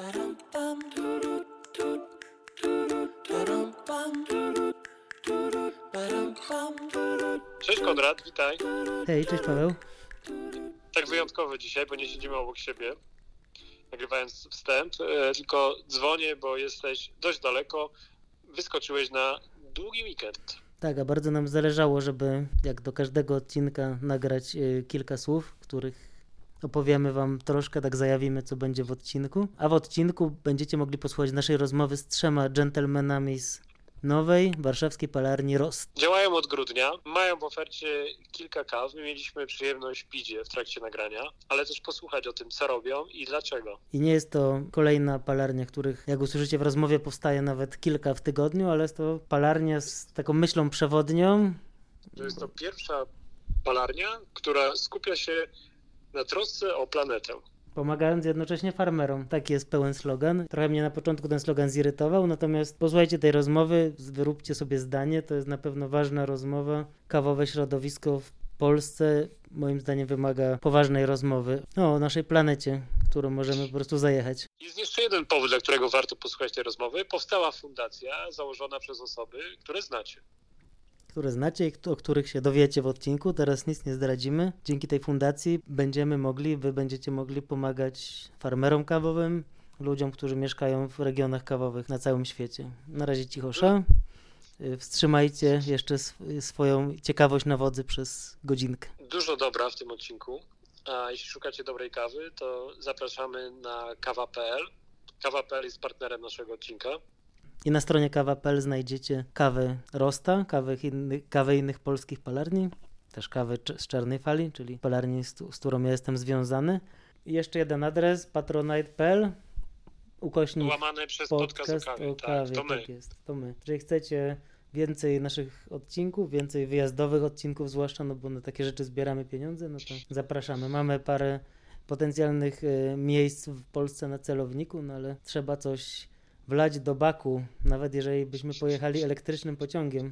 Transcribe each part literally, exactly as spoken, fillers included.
Cześć Konrad, witaj. Hej, cześć Paweł. Tak wyjątkowo dzisiaj, bo nie siedzimy obok siebie, nagrywając wstęp, e, tylko dzwonię, bo jesteś dość daleko, wyskoczyłeś na długi weekend. Tak, a bardzo nam zależało, żeby jak do każdego odcinka nagrać y, kilka słów, których opowiemy wam troszkę, tak zajawimy, co będzie w odcinku. A w odcinku będziecie mogli posłuchać naszej rozmowy z trzema dżentelmenami z nowej warszawskiej palarni Rost. Działają od grudnia, mają w ofercie kilka kaw. My mieliśmy przyjemność pić je w trakcie nagrania, ale też posłuchać o tym, co robią i dlaczego. I nie jest to kolejna palarnia, których, jak usłyszycie w rozmowie, powstaje nawet kilka w tygodniu, ale jest to palarnia z taką myślą przewodnią. To jest to pierwsza palarnia, która skupia się na trosce o planetę. Pomagając jednocześnie farmerom. Taki jest pełen slogan. Trochę mnie na początku ten slogan zirytował, natomiast posłuchajcie tej rozmowy, wyróbcie sobie zdanie, to jest na pewno ważna rozmowa. Kawowe środowisko w Polsce moim zdaniem wymaga poważnej rozmowy o naszej planecie, którą możemy po prostu zajechać. Jest jeszcze jeden powód, dla którego warto posłuchać tej rozmowy. Powstała fundacja założona przez osoby, które znacie. Które znacie i o których się dowiecie w odcinku. Teraz nic nie zdradzimy. Dzięki tej fundacji będziemy mogli, wy będziecie mogli pomagać farmerom kawowym, ludziom, którzy mieszkają w regionach kawowych na całym świecie. Na razie cichosza. Wstrzymajcie jeszcze sw- swoją ciekawość na wodzy przez godzinkę. Dużo dobra w tym odcinku, a jeśli szukacie dobrej kawy, to zapraszamy na kawa kropka pe el. kawa kropka pe el jest partnerem naszego odcinka. I na stronie kawa kropka pe el znajdziecie kawę Rosta, kawę innych, kawę innych polskich palarni, też kawę z Czarnej Fali, czyli palarni, z, z którą ja jestem związany. I jeszcze jeden adres, patronite kropka pe el, ukośnik Łamane przez podcast, podcast o kawie. o kawie. Tak, to my. Tak jest, to my. Jeżeli chcecie więcej naszych odcinków, więcej wyjazdowych odcinków zwłaszcza, no bo na takie rzeczy zbieramy pieniądze, no to zapraszamy. Mamy parę potencjalnych y, miejsc w Polsce na celowniku, no ale trzeba coś wlać do baku, nawet jeżeli byśmy pojechali elektrycznym pociągiem.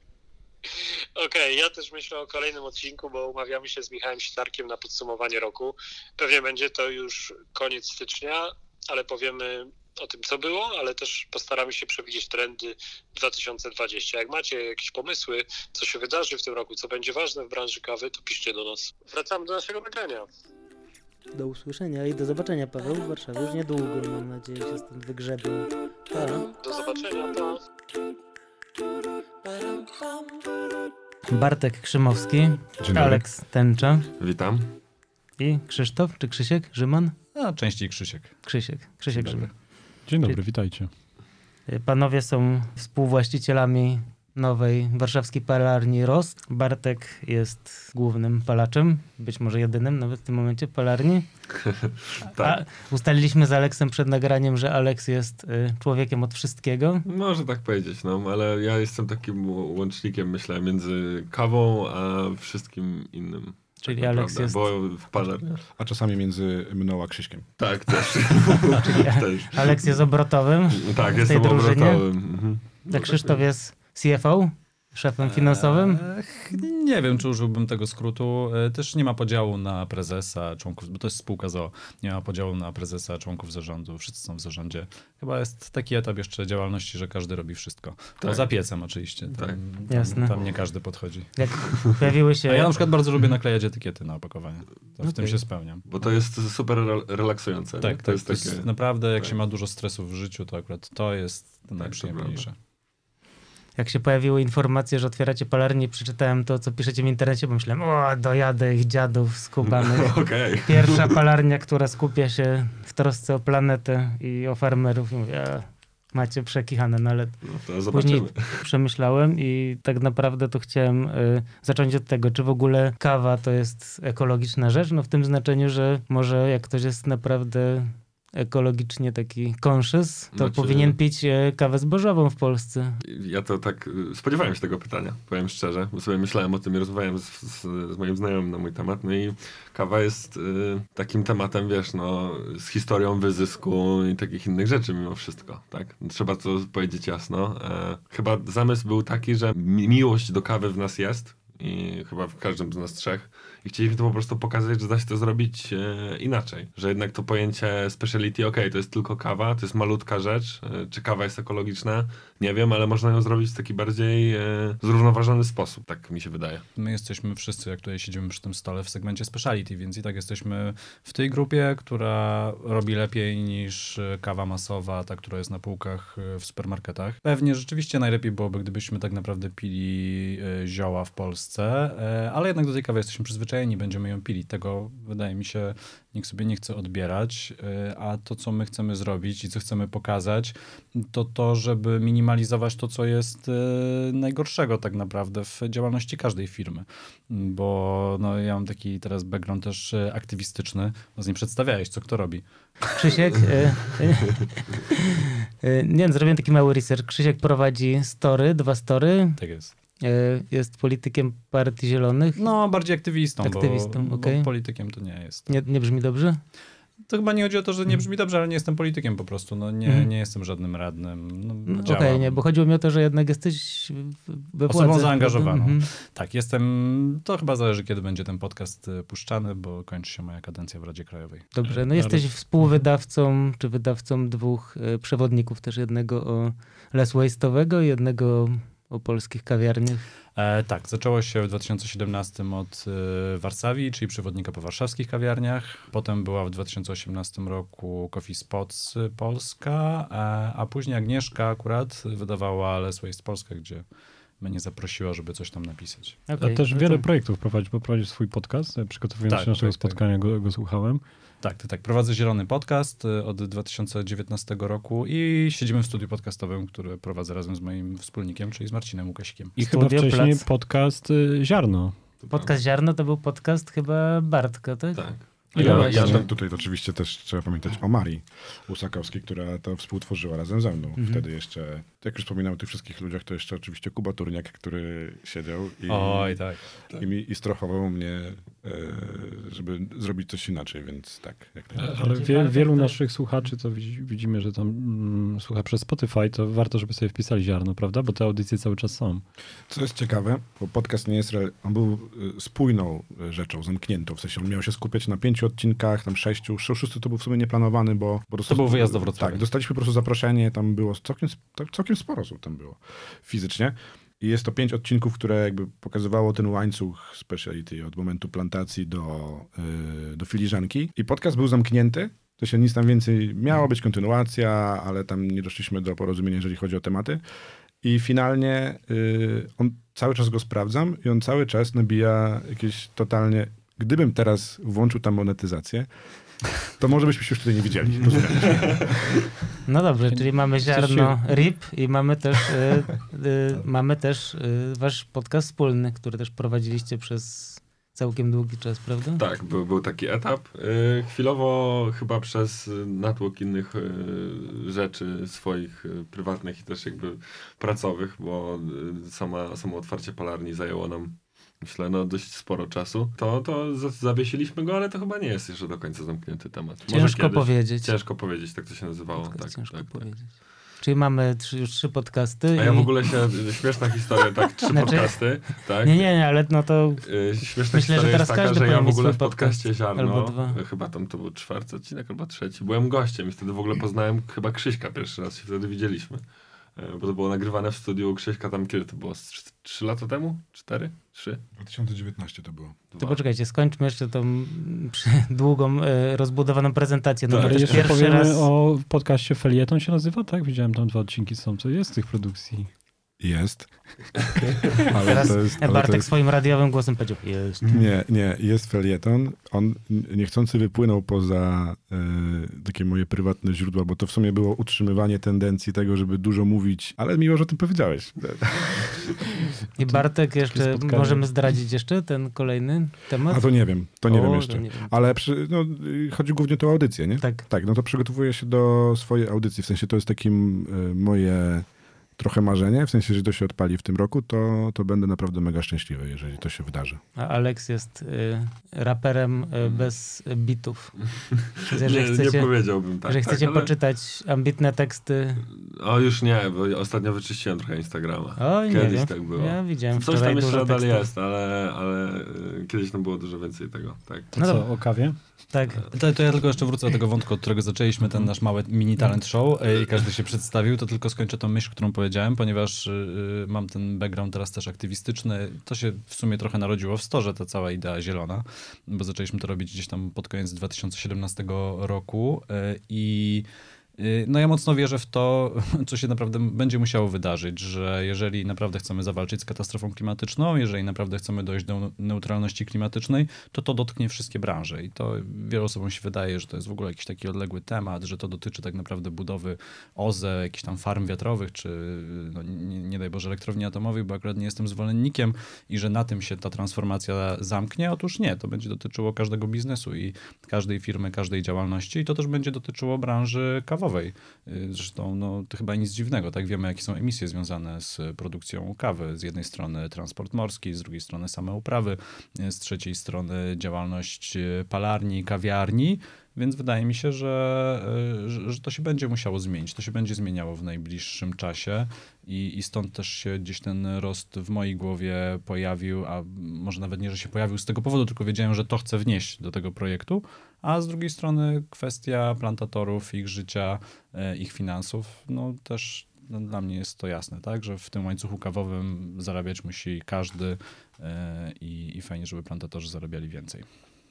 Okej, okay, ja też myślę o kolejnym odcinku, bo umawiamy się z Michałem Sitarkiem na podsumowanie roku. Pewnie będzie to już koniec stycznia, ale powiemy o tym, co było, ale też postaramy się przewidzieć trendy dwa tysiące dwudziesty. Jak macie jakieś pomysły, co się wydarzy w tym roku, co będzie ważne w branży kawy, to piszcie do nas. Wracamy do naszego nagrania. Do usłyszenia i do zobaczenia, Paweł, w Warszawie. Już niedługo, mam nadzieję, się stąd wygrzebią. Pa. Do zobaczenia, pa. Bartek Krzymowski, Dzień dobry. Aleks Tęcza Witam. i Krzysztof, czy Krzysiek? Rzyman? A częściej Krzysiek. Krzysiek, Krzysiek Dzień Rzyman. dobry. Dzień dobry, witajcie. Panowie są współwłaścicielami nowej warszawskiej palarni Rost. Bartek jest głównym palaczem, być może jedynym nawet w tym momencie palarni. Tak. A ustaliliśmy z Aleksem przed nagraniem, że Aleks jest y, człowiekiem od wszystkiego. Może tak powiedzieć, no, ale ja jestem takim łącznikiem, myślę, między kawą a wszystkim innym. Czyli tak Aleks naprawdę, jest... Bo w palarni. A czasami między mną a Krzyśkiem. Tak, też. Czyli też. Aleks jest obrotowym Tak, w jestem tej drużynie. obrotowym. Mhm. A Krzysztof jest C F O? Szefem finansowym? Eee, nie wiem, czy użyłbym tego skrótu. E, też nie ma podziału na prezesa, członków, bo to jest spółka z o o. Nie ma podziału na prezesa, członków zarządu. Wszyscy są w zarządzie. Chyba jest taki etap jeszcze działalności, że każdy robi wszystko. Tak. Poza piecem oczywiście. Tam, Tak. tam, Jasne. tam nie każdy podchodzi. Jak pojawiły się... A ja na przykład bardzo lubię naklejać etykiety na opakowanie. To w Okay. tym się spełniam. Bo to jest super re- relaksujące. nie? Tak, to tak, jest to jest takie... naprawdę, jak tak. się ma dużo stresu w życiu, to akurat to jest najprzyjemniejsze. Jak się pojawiły informacje, że otwieracie palarnię, przeczytałem to, co piszecie w internecie, bo myślałem, o, dojadę ich dziadów skubanych. Okej. Pierwsza palarnia, która skupia się w trosce o planetę i o farmerów. I mówię, a, macie przekichane, no ale No to zobaczymy. później przemyślałem i tak naprawdę to chciałem y, zacząć od tego, czy w ogóle kawa to jest ekologiczna rzecz, no w tym znaczeniu, że może jak ktoś jest naprawdę ekologicznie taki conscious, to Znaczy- powinien pić e, kawę zbożową w Polsce. Ja to tak y, spodziewałem się tego pytania, powiem szczerze, bo sobie myślałem o tym i rozmawiałem z, z, z moim znajomym na mój temat. No i kawa jest y, takim tematem, wiesz, no, z historią wyzysku i takich innych rzeczy mimo wszystko, tak? Trzeba to powiedzieć jasno. E, chyba zamysł był taki, że mi- miłość do kawy w nas jest, i chyba w każdym z nas trzech. I chcieliśmy to po prostu pokazać, że da się to zrobić e, inaczej. Że jednak to pojęcie speciality, okej, okay, to jest tylko kawa, to jest malutka rzecz. E, czy kawa jest ekologiczna? Nie wiem, ale można ją zrobić w taki bardziej e, zrównoważony sposób, tak mi się wydaje. My jesteśmy wszyscy, jak tutaj siedzimy przy tym stole w segmencie speciality, więc i tak jesteśmy w tej grupie, która robi lepiej niż kawa masowa, ta, która jest na półkach w supermarketach. Pewnie rzeczywiście najlepiej byłoby, gdybyśmy tak naprawdę pili zioła w Polsce, ale jednak do tej kawy jesteśmy przyzwyczajeni, będziemy ją pili. Tego, wydaje mi się, nikt sobie nie chce odbierać, a to, co my chcemy zrobić i co chcemy pokazać, to to, żeby minimalizować to, co jest najgorszego tak naprawdę w działalności każdej firmy. Bo no, ja mam taki teraz background też aktywistyczny. No, z nim przedstawiałeś, co kto robi. Krzysiek, e, e, nie wiem, zrobiłem taki mały research. Krzysiek prowadzi story, dwa story. Tak jest. E, jest politykiem Partii Zielonych. No, bardziej aktywistą, Aktywistą, bo, okej. bo politykiem to nie jest. Nie, nie brzmi dobrze? To chyba nie chodzi o to, że nie brzmi dobrze, ale nie jestem politykiem po prostu. No, nie, Mhm. nie jestem żadnym radnym. No, No, działam. Okej, nie, bo chodziło mi o to, że jednak jesteś we Osobą władzy. zaangażowaną. Mhm. Tak, jestem... To chyba zależy, kiedy będzie ten podcast y, puszczany, bo kończy się moja kadencja w Radzie Krajowej. Dobrze, no Ale- jesteś współwydawcą, czy wydawcą dwóch e, przewodników, też jednego o Less Waste'owego i jednego o polskich kawiarniach. E, tak, zaczęło się w dwa tysiące siedemnastym od y, Warszawi, czyli przewodnika po warszawskich kawiarniach. Potem była w dwa tysiące osiemnastym roku Coffee Spots y, Polska, a, a później Agnieszka akurat wydawała Less Waste Polskę, gdzie mnie zaprosiła, żeby coś tam napisać. Okay, A też no wiele to- projektów prowadzi, bo prowadzisz swój podcast. Przygotowując Tak, się do naszego tak, tak. spotkania, go, go słuchałem. Tak, tak, tak. Prowadzę Zielony Podcast y, od dwa tysiące dziewiętnastego roku i siedzimy w studiu podcastowym, które prowadzę razem z moim wspólnikiem, czyli z Marcinem Łukasikiem. I Studio chyba wcześniej Plac. podcast y, Ziarno. Podcast Ziarno to był podcast chyba Bartka, tak? Tak. I Ja- ja, ja- Ja tutaj oczywiście też trzeba pamiętać o Marii Łusakowskiej, która to współtworzyła razem ze mną. Mhm. Wtedy jeszcze, jak już wspominałem o tych wszystkich ludziach, to jeszcze oczywiście Kuba Turniak, który siedział i, Oj, tak. i, mi, i strofował mnie, e, żeby zrobić coś inaczej, więc tak. Jak najbardziej. Ale Bartek wie, to- wielu naszych słuchaczy, co widzi- widzimy, że tam mm, słucha przez Spotify, to warto, żeby sobie wpisali Ziarno, prawda? Bo te audycje cały czas są. Co jest ciekawe, bo podcast nie jest, re- on był e, spójną e, rzeczą, zamkniętą, w sensie on miał się skupiać na pięciu odcinkach, tam sześciu, Sz- szósty to był w sumie nieplanowany, bo... bo To był wyjazd do Wrocławia. Tak, dostaliśmy po prostu zaproszenie, tam było całkiem, sp- całkiem sporo osób tam było fizycznie. I jest to pięć odcinków, które jakby pokazywało ten łańcuch speciality od momentu plantacji do, yy, do filiżanki. I podcast był zamknięty, to się nic tam więcej, miała być kontynuacja, ale tam nie doszliśmy do porozumienia, jeżeli chodzi o tematy. I finalnie yy, on cały czas go sprawdzam i on cały czas nabija jakieś totalnie... Gdybym teraz włączył tam monetyzację, to może byśmy się już tutaj nie widzieli. Rozumiesz? No dobrze, czyli mamy Ziarno się- R I P i mamy też, y, y, mamy też y, wasz podcast wspólny, który też prowadziliście przez całkiem długi czas, prawda? Tak, był, był taki etap. Yy, chwilowo chyba przez y, natłok innych y, rzeczy swoich y, prywatnych i też jakby pracowych, bo y, sama, samo otwarcie palarni zajęło nam, myślę, no dość sporo czasu. To, to za- zawiesiliśmy go, ale to chyba nie jest jeszcze do końca zamknięty temat. Może Ciężko kiedyś. powiedzieć. Ciężko powiedzieć, tak to się nazywało. Podcast Tak, ciężko tak, tak. powiedzieć. Czyli mamy trzy, już trzy podcasty. A ja i... w ogóle się, śmieszna historia, tak, trzy Znaczy- podcasty, tak? Nie, nie, nie, ale no to Y, Śmieszna Myślę, że historia teraz jest taka, każdy że ja powinien w mieć ogóle w swój podcast, podcaście Ziarno, albo dwa. y, chyba tam to był czwarty odcinek, albo trzeci, byłem gościem i wtedy w ogóle poznałem chyba Krzyśka, pierwszy raz się wtedy widzieliśmy. Y, Bo to było nagrywane w studiu Krzyśka tam kiedy to było? Z Trzy, trzy lata temu? Cztery? Trzy? dwa tysiące dziewiętnaście to było. To Dwa. poczekajcie, skończmy jeszcze tą mm, przy- długą, e, rozbudowaną prezentację. No Tak. bo Ale też jeszcze pierwszy powiemy raz... o podcaście Felieton się nazywa, tak? Widziałem tam dwa odcinki są, co jest z tych produkcji. Jest. Ale Teraz to jest, ale Bartek to jest, swoim radiowym głosem powiedział, jest. nie, nie, jest felieton. On n- niechcący wypłynął poza e, takie moje prywatne źródła, bo to w sumie było utrzymywanie tendencji tego, żeby dużo mówić, ale miło, że o tym powiedziałeś. I Bartek jeszcze, spotkanie. możemy zdradzić jeszcze ten kolejny temat? A to nie wiem, to nie O, wiem to jeszcze. nie wiem. Ale przy, no, y, chodzi głównie o tę audycję, nie? Tak. Tak, no to przygotowuję się do swojej audycji, w sensie to jest takim y, moje trochę marzenie, w sensie, że to się odpali w tym roku, to, to będę naprawdę mega szczęśliwy, jeżeli to się wydarzy. A Alex jest y, raperem y, bez bitów. Więc Nie, chcecie, nie powiedziałbym tak. Jeżeli tak, chcecie ale... poczytać ambitne teksty... O, już nie, bo ostatnio wyczyściłem trochę Instagrama. Oj, Kiedyś nie wiem. tak było. Ja widziałem Coś wczoraj tam jeszcze dużo nadal tekstów. jest, ale, ale y, kiedyś tam było dużo więcej tego. Tak. To No co, dobra. o kawie? Tak. To, to ja tylko jeszcze wrócę do tego wątku, od którego zaczęliśmy ten nasz mały mini talent show i każdy się przedstawił, to tylko skończę tą myśl, którą powiedziałem, ponieważ y, mam ten background teraz też aktywistyczny. To się w sumie trochę narodziło w storze, ta cała idea zielona, bo zaczęliśmy to robić gdzieś tam pod koniec dwa tysiące siedemnastego roku y, i no ja mocno wierzę w to, co się naprawdę będzie musiało wydarzyć, że jeżeli naprawdę chcemy zawalczyć z katastrofą klimatyczną, jeżeli naprawdę chcemy dojść do neutralności klimatycznej, to to dotknie wszystkie branże i to wielu osobom się wydaje, że to jest w ogóle jakiś taki odległy temat, że to dotyczy tak naprawdę budowy O Z E, jakichś tam farm wiatrowych, czy no, nie, nie daj Boże elektrowni atomowej, bo akurat nie jestem zwolennikiem i że na tym się ta transformacja zamknie. Otóż nie, to będzie dotyczyło każdego biznesu i każdej firmy, każdej działalności i to też będzie dotyczyło branży kawowej. Zresztą no, to chyba nic dziwnego, tak? Wiemy, jakie są emisje związane z produkcją kawy. Z jednej strony transport morski, z drugiej strony same uprawy, z trzeciej strony działalność palarni, kawiarni, więc wydaje mi się, że, że, że to się będzie musiało zmienić. To się będzie zmieniało w najbliższym czasie i, i stąd też się gdzieś ten rost w mojej głowie pojawił, a może nawet nie, że się pojawił z tego powodu, tylko wiedziałem, że to chcę wnieść do tego projektu, a z drugiej strony kwestia plantatorów, ich życia, ich finansów, no też no, dla mnie jest to jasne, tak, że w tym łańcuchu kawowym zarabiać musi każdy i, i fajnie, żeby plantatorzy zarabiali więcej.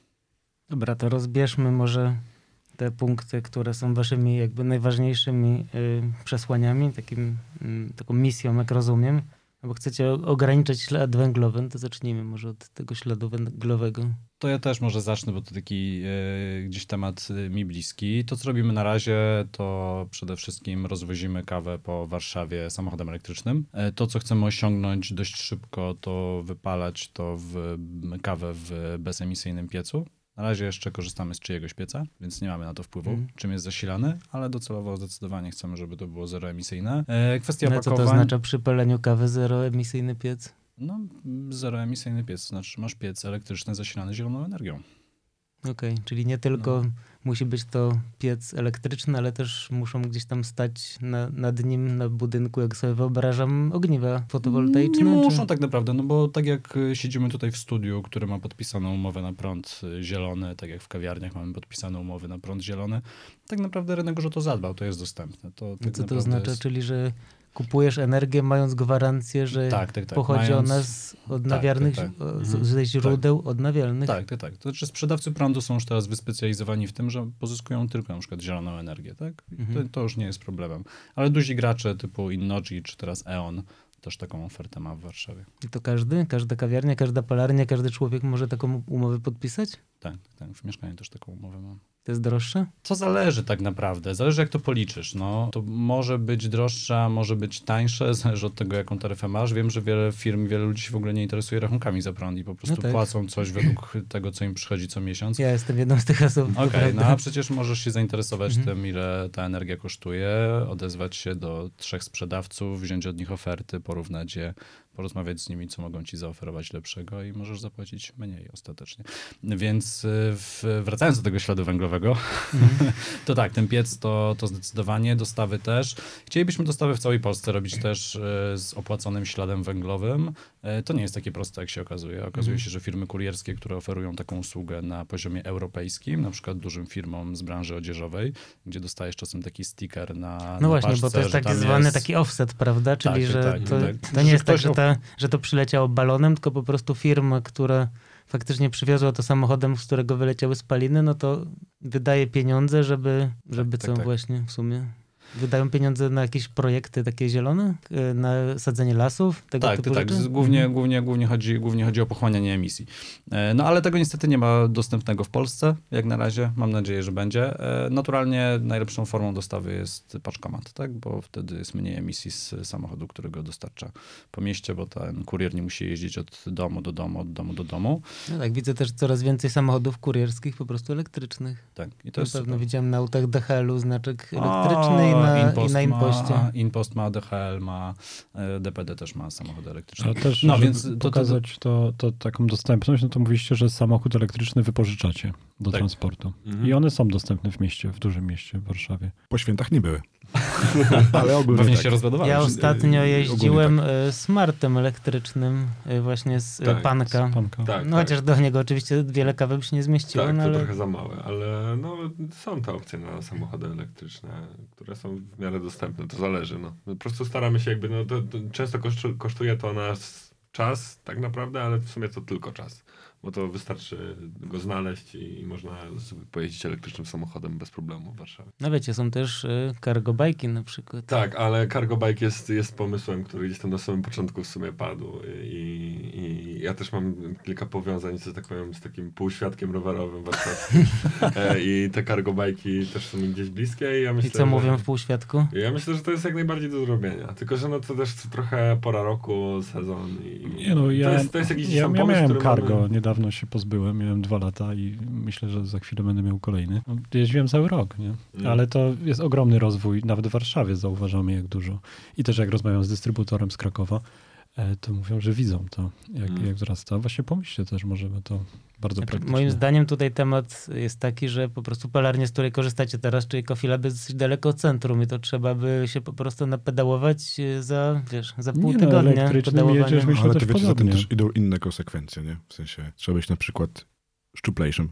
Dobra, to rozbierzmy może te punkty, które są waszymi jakby najważniejszymi y, przesłaniami, takim, y, taką misją, jak rozumiem. No bo chcecie ograniczyć ślad węglowy, no to zacznijmy może od tego śladu węglowego. To ja też może zacznę, bo to taki e, gdzieś temat mi bliski. To, co robimy na razie, to przede wszystkim rozwozimy kawę po Warszawie samochodem elektrycznym. E, to, co chcemy osiągnąć dość szybko, to wypalać to w kawę w bezemisyjnym piecu. Na razie jeszcze korzystamy z czyjegoś pieca, więc nie mamy na to wpływu, mm. czym jest zasilany, ale docelowo zdecydowanie chcemy, żeby to było zeroemisyjne. E, kwestia no, opakowań. Co to oznacza przy paleniu kawy zeroemisyjny piec? No, zeroemisyjny piec, to znaczy masz piec elektryczny zasilany zieloną energią. Okej, okay, czyli nie tylko no. musi być to piec elektryczny, ale też muszą gdzieś tam stać na, nad nim, na budynku, jak sobie wyobrażam, ogniwa fotowoltaiczne? Nie czy... muszą tak naprawdę, no bo tak jak siedzimy tutaj w studiu, który ma podpisaną umowę na prąd zielony, tak jak w kawiarniach mamy podpisane umowy na prąd zielony, tak naprawdę rynek już o to zadbał, to jest dostępne. To, tak Co to oznacza? jest... Czyli, że kupujesz energię, mając gwarancję, że tak, tak, tak. pochodzi mając... ona z odnawialnych, tak, tak, tak. Z, ze źródeł tak. odnawialnych? Tak, tak, tak. To znaczy sprzedawcy prądu są już teraz wyspecjalizowani w tym, że pozyskują tylko na przykład zieloną energię, tak? Mhm. To, to już nie jest problemem. Ale duzi gracze typu Innogy czy teraz E O N też taką ofertę ma w Warszawie. I to każdy? Każda kawiarnia, każda palarnia, każdy człowiek może taką umowę podpisać? Tak, tak. W mieszkaniu też taką umowę mam. To jest droższe? To zależy tak naprawdę. Zależy jak to policzysz. No, to może być droższa, może być tańsze, zależy od tego jaką taryfę masz. Wiem, że wiele firm, wiele ludzi się w ogóle nie interesuje rachunkami za prąd i po prostu no tak. płacą coś według tego, co im przychodzi co miesiąc. Ja jestem jedną z tych osób. Okej, okay, no a przecież możesz się zainteresować mhm. tym, ile ta energia kosztuje, odezwać się do trzech sprzedawców, wziąć od nich oferty, porównać je, porozmawiać z nimi, co mogą ci zaoferować lepszego i możesz zapłacić mniej ostatecznie. Więc w, wracając do tego śladu węglowego, mm. to tak, ten piec to, to zdecydowanie, dostawy też. Chcielibyśmy dostawy w całej Polsce robić też z opłaconym śladem węglowym. To nie jest takie proste, jak się okazuje. Okazuje mm. się, że firmy kurierskie, które oferują taką usługę na poziomie europejskim, na przykład dużym firmom z branży odzieżowej, gdzie dostajesz czasem taki sticker na No na właśnie, paczce, bo to jest tak zwany jest... taki offset, prawda? Czyli, tak, że tak, to, tak. to nie że jest tak, ktoś... że, ta, że to przyleciało balonem, tylko po prostu firma, która faktycznie przywiozła to samochodem, z którego wyleciały spaliny, no to wydaje pieniądze, żeby, żeby tak, co tak, tak. właśnie w sumie... Wydają pieniądze na jakieś projekty takie zielone? Na sadzenie lasów? Tego tak, typu tak. rzeczy? Głównie, mhm. głównie, głównie, chodzi, głównie chodzi o pochłanianie emisji. No ale tego niestety nie ma dostępnego w Polsce, jak na razie. Mam nadzieję, że będzie. Naturalnie najlepszą formą dostawy jest paczkomat, tak? Bo wtedy jest mniej emisji z samochodu, którego dostarcza po mieście, bo ten kurier nie musi jeździć od domu do domu, od domu do domu. No tak, widzę też coraz więcej samochodów kurierskich po prostu elektrycznych. Tak. I to Na jest pewno super. widziałem na autach D H L-u znaczek elektryczny O, i na, Inpost i na Impoście. Ma, Inpost ma, D H L ma, D P D też ma samochody elektryczne. A też, no, żeby więc to, pokazać to, to, to taką dostępność, no to mówiliście, że samochód elektryczny wypożyczacie do Tak. transportu. Mhm. I one są dostępne w mieście, w dużym mieście, w Warszawie. Po świętach nie były. Ale ogólnie Pewnie tak. się rozładowałeś. Ja ostatnio ogólnie jeździłem e, smartem elektrycznym e, właśnie z e, Tak, Panka. Panka. Tak, No tak. chociaż do niego oczywiście wiele kawy by się nie zmieściło, Tak, no to ale trochę za małe, ale no, są te opcje na samochody elektryczne, które są w miarę dostępne, to zależy. No. Po prostu staramy się jakby, no to, to często kosztu, kosztuje to nas czas tak naprawdę, ale w sumie to tylko czas, bo to wystarczy go znaleźć i, i można sobie pojeździć elektrycznym samochodem bez problemu w Warszawie. no wiecie, są też e, cargo bike'i na przykład. Tak, ale cargo bike jest, jest pomysłem, który gdzieś tam na samym początku w sumie padł i, i ja też mam kilka powiązań, że tak powiem, z takim półświadkiem rowerowym warszawskim e, i te cargo bike'i też są mi gdzieś bliskie i ja myślę, I co że... mówią w półświadku? Ja myślę, że to jest jak najbardziej do zrobienia, tylko że no to też trochę pora roku, sezon i Nie no, ja, to, jest, to jest jakiś ja, tam ja pomysł, miałem który cargo, mamy... niedawno się pozbyłem, miałem dwa lata i myślę, że za chwilę będę miał kolejny. No, jeździłem cały rok, nie? No. Ale to jest ogromny rozwój, nawet w Warszawie zauważamy jak dużo. I też jak rozmawiam z dystrybutorem z Krakowa, e, to mówią, że widzą to, jak, Mm. jak wzrasta. Właśnie pomyślcie też, może by to bardzo Znaczy, praktyczne. moim zdaniem tutaj temat jest taki, że po prostu palarnia, z której korzystacie teraz, czyli Coffee Lab, jest dosyć daleko od centrum i to trzeba by się po prostu napedałować e, za, wiesz, za pół Nie no, tygodnia elektrycznym pedałowania. jedziesz, myślę, Ale też to wiecie, za tym podobnie. też idą inne konsekwencje, nie? W sensie, trzeba być na przykład szczuplejszym.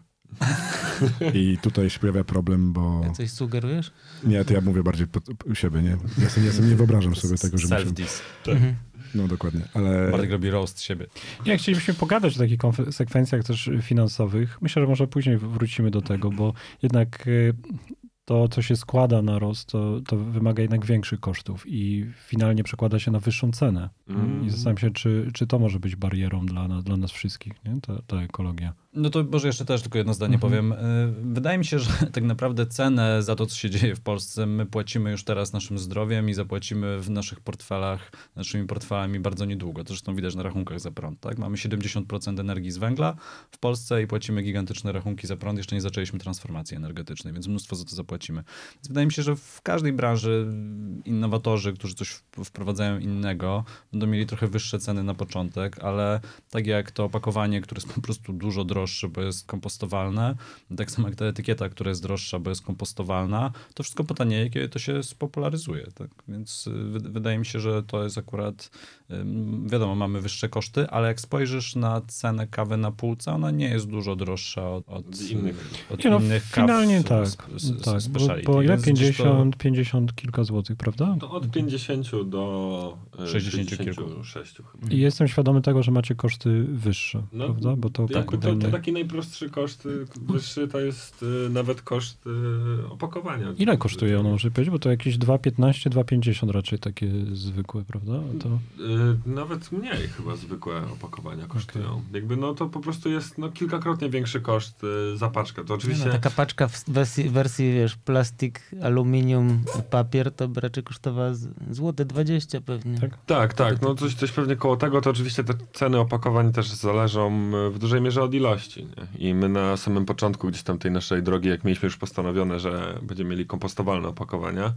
I tutaj się pojawia problem, bo... Coś sugerujesz? Nie, to ja mówię bardziej pod u siebie, nie? Ja sobie, ja sobie nie wyobrażam sobie tego, że musimy... Self-dis. Mhm. No dokładnie, ale... Bartek robi roast siebie. Nie, chcielibyśmy pogadać o takich konsekwencjach też finansowych. Myślę, że może później wrócimy do tego, bo jednak y, to, co się składa na rost, to, to wymaga jednak większych kosztów i finalnie przekłada się na wyższą cenę. Mm. I zastanawiam się, czy, czy to może być barierą dla, na- dla nas wszystkich, nie? Ta, ta ekologia. No to może jeszcze też tylko jedno zdanie Mhm. powiem. Y, Wydaje mi się, że tak naprawdę cenę za to, co się dzieje w Polsce, my płacimy już teraz naszym zdrowiem i zapłacimy w naszych portfelach, naszymi portfelami bardzo niedługo. To zresztą widać na rachunkach za prąd. Tak? Mamy siedemdziesiąt procent energii z węgla w Polsce i płacimy gigantyczne rachunki za prąd. Jeszcze nie zaczęliśmy transformacji energetycznej, więc mnóstwo za to zapłacimy. Więc wydaje mi się, że w każdej branży innowatorzy, którzy coś w- wprowadzają innego, będą mieli trochę wyższe ceny na początek, ale tak jak to opakowanie, które jest po prostu dużo droższe, bo jest kompostowalne, tak samo jak ta etykieta, która jest droższa, bo jest kompostowalna, to wszystko potanieje, kiedy to się spopularyzuje. Tak? Więc y, wy- wydaje mi się, że to jest akurat, ym, wiadomo, mamy wyższe koszty, ale jak spojrzysz na cenę kawy na półce, ona nie jest dużo droższa od, od Od innych. od Nie no, innych kaw finalnie s- tak, s- s- tak bo, speciality. bo ile? Więc gdzieś pięćdziesiąt, pięćdziesiąt kilka złotych, prawda? To od pięćdziesięciu do e, sześćdziesięciu sześćdziesięciu sześciu chyba. I jestem świadomy tego, że macie koszty wyższe, No, prawda? Bo to jakby to, opakowanie... to taki najprostszy koszt y, wyższy to jest y, nawet koszt y, opakowania. Ile kosztuje ono, żeby powiedzieć? Bo to jakieś dwa piętnaście, dwa pięćdziesiąt raczej takie zwykłe, prawda? To... Y, nawet mniej chyba zwykłe opakowania kosztują. Jakby no to po prostu jest no, kilkakrotnie większy koszt y, za paczkę. To Nie oczywiście... no, taka paczka w wersji, wersji, wiesz, plastik, aluminium, papier, to by raczej kosztowała z- złote dwadzieścia pewnie. Tak? Tak, tak. No coś, coś pewnie koło tego, to oczywiście te ceny opakowań też zależą w dużej mierze od ilości. Nie? I my na samym początku gdzieś tam tej naszej drogi, jak mieliśmy już postanowione, że będziemy mieli kompostowalne opakowania,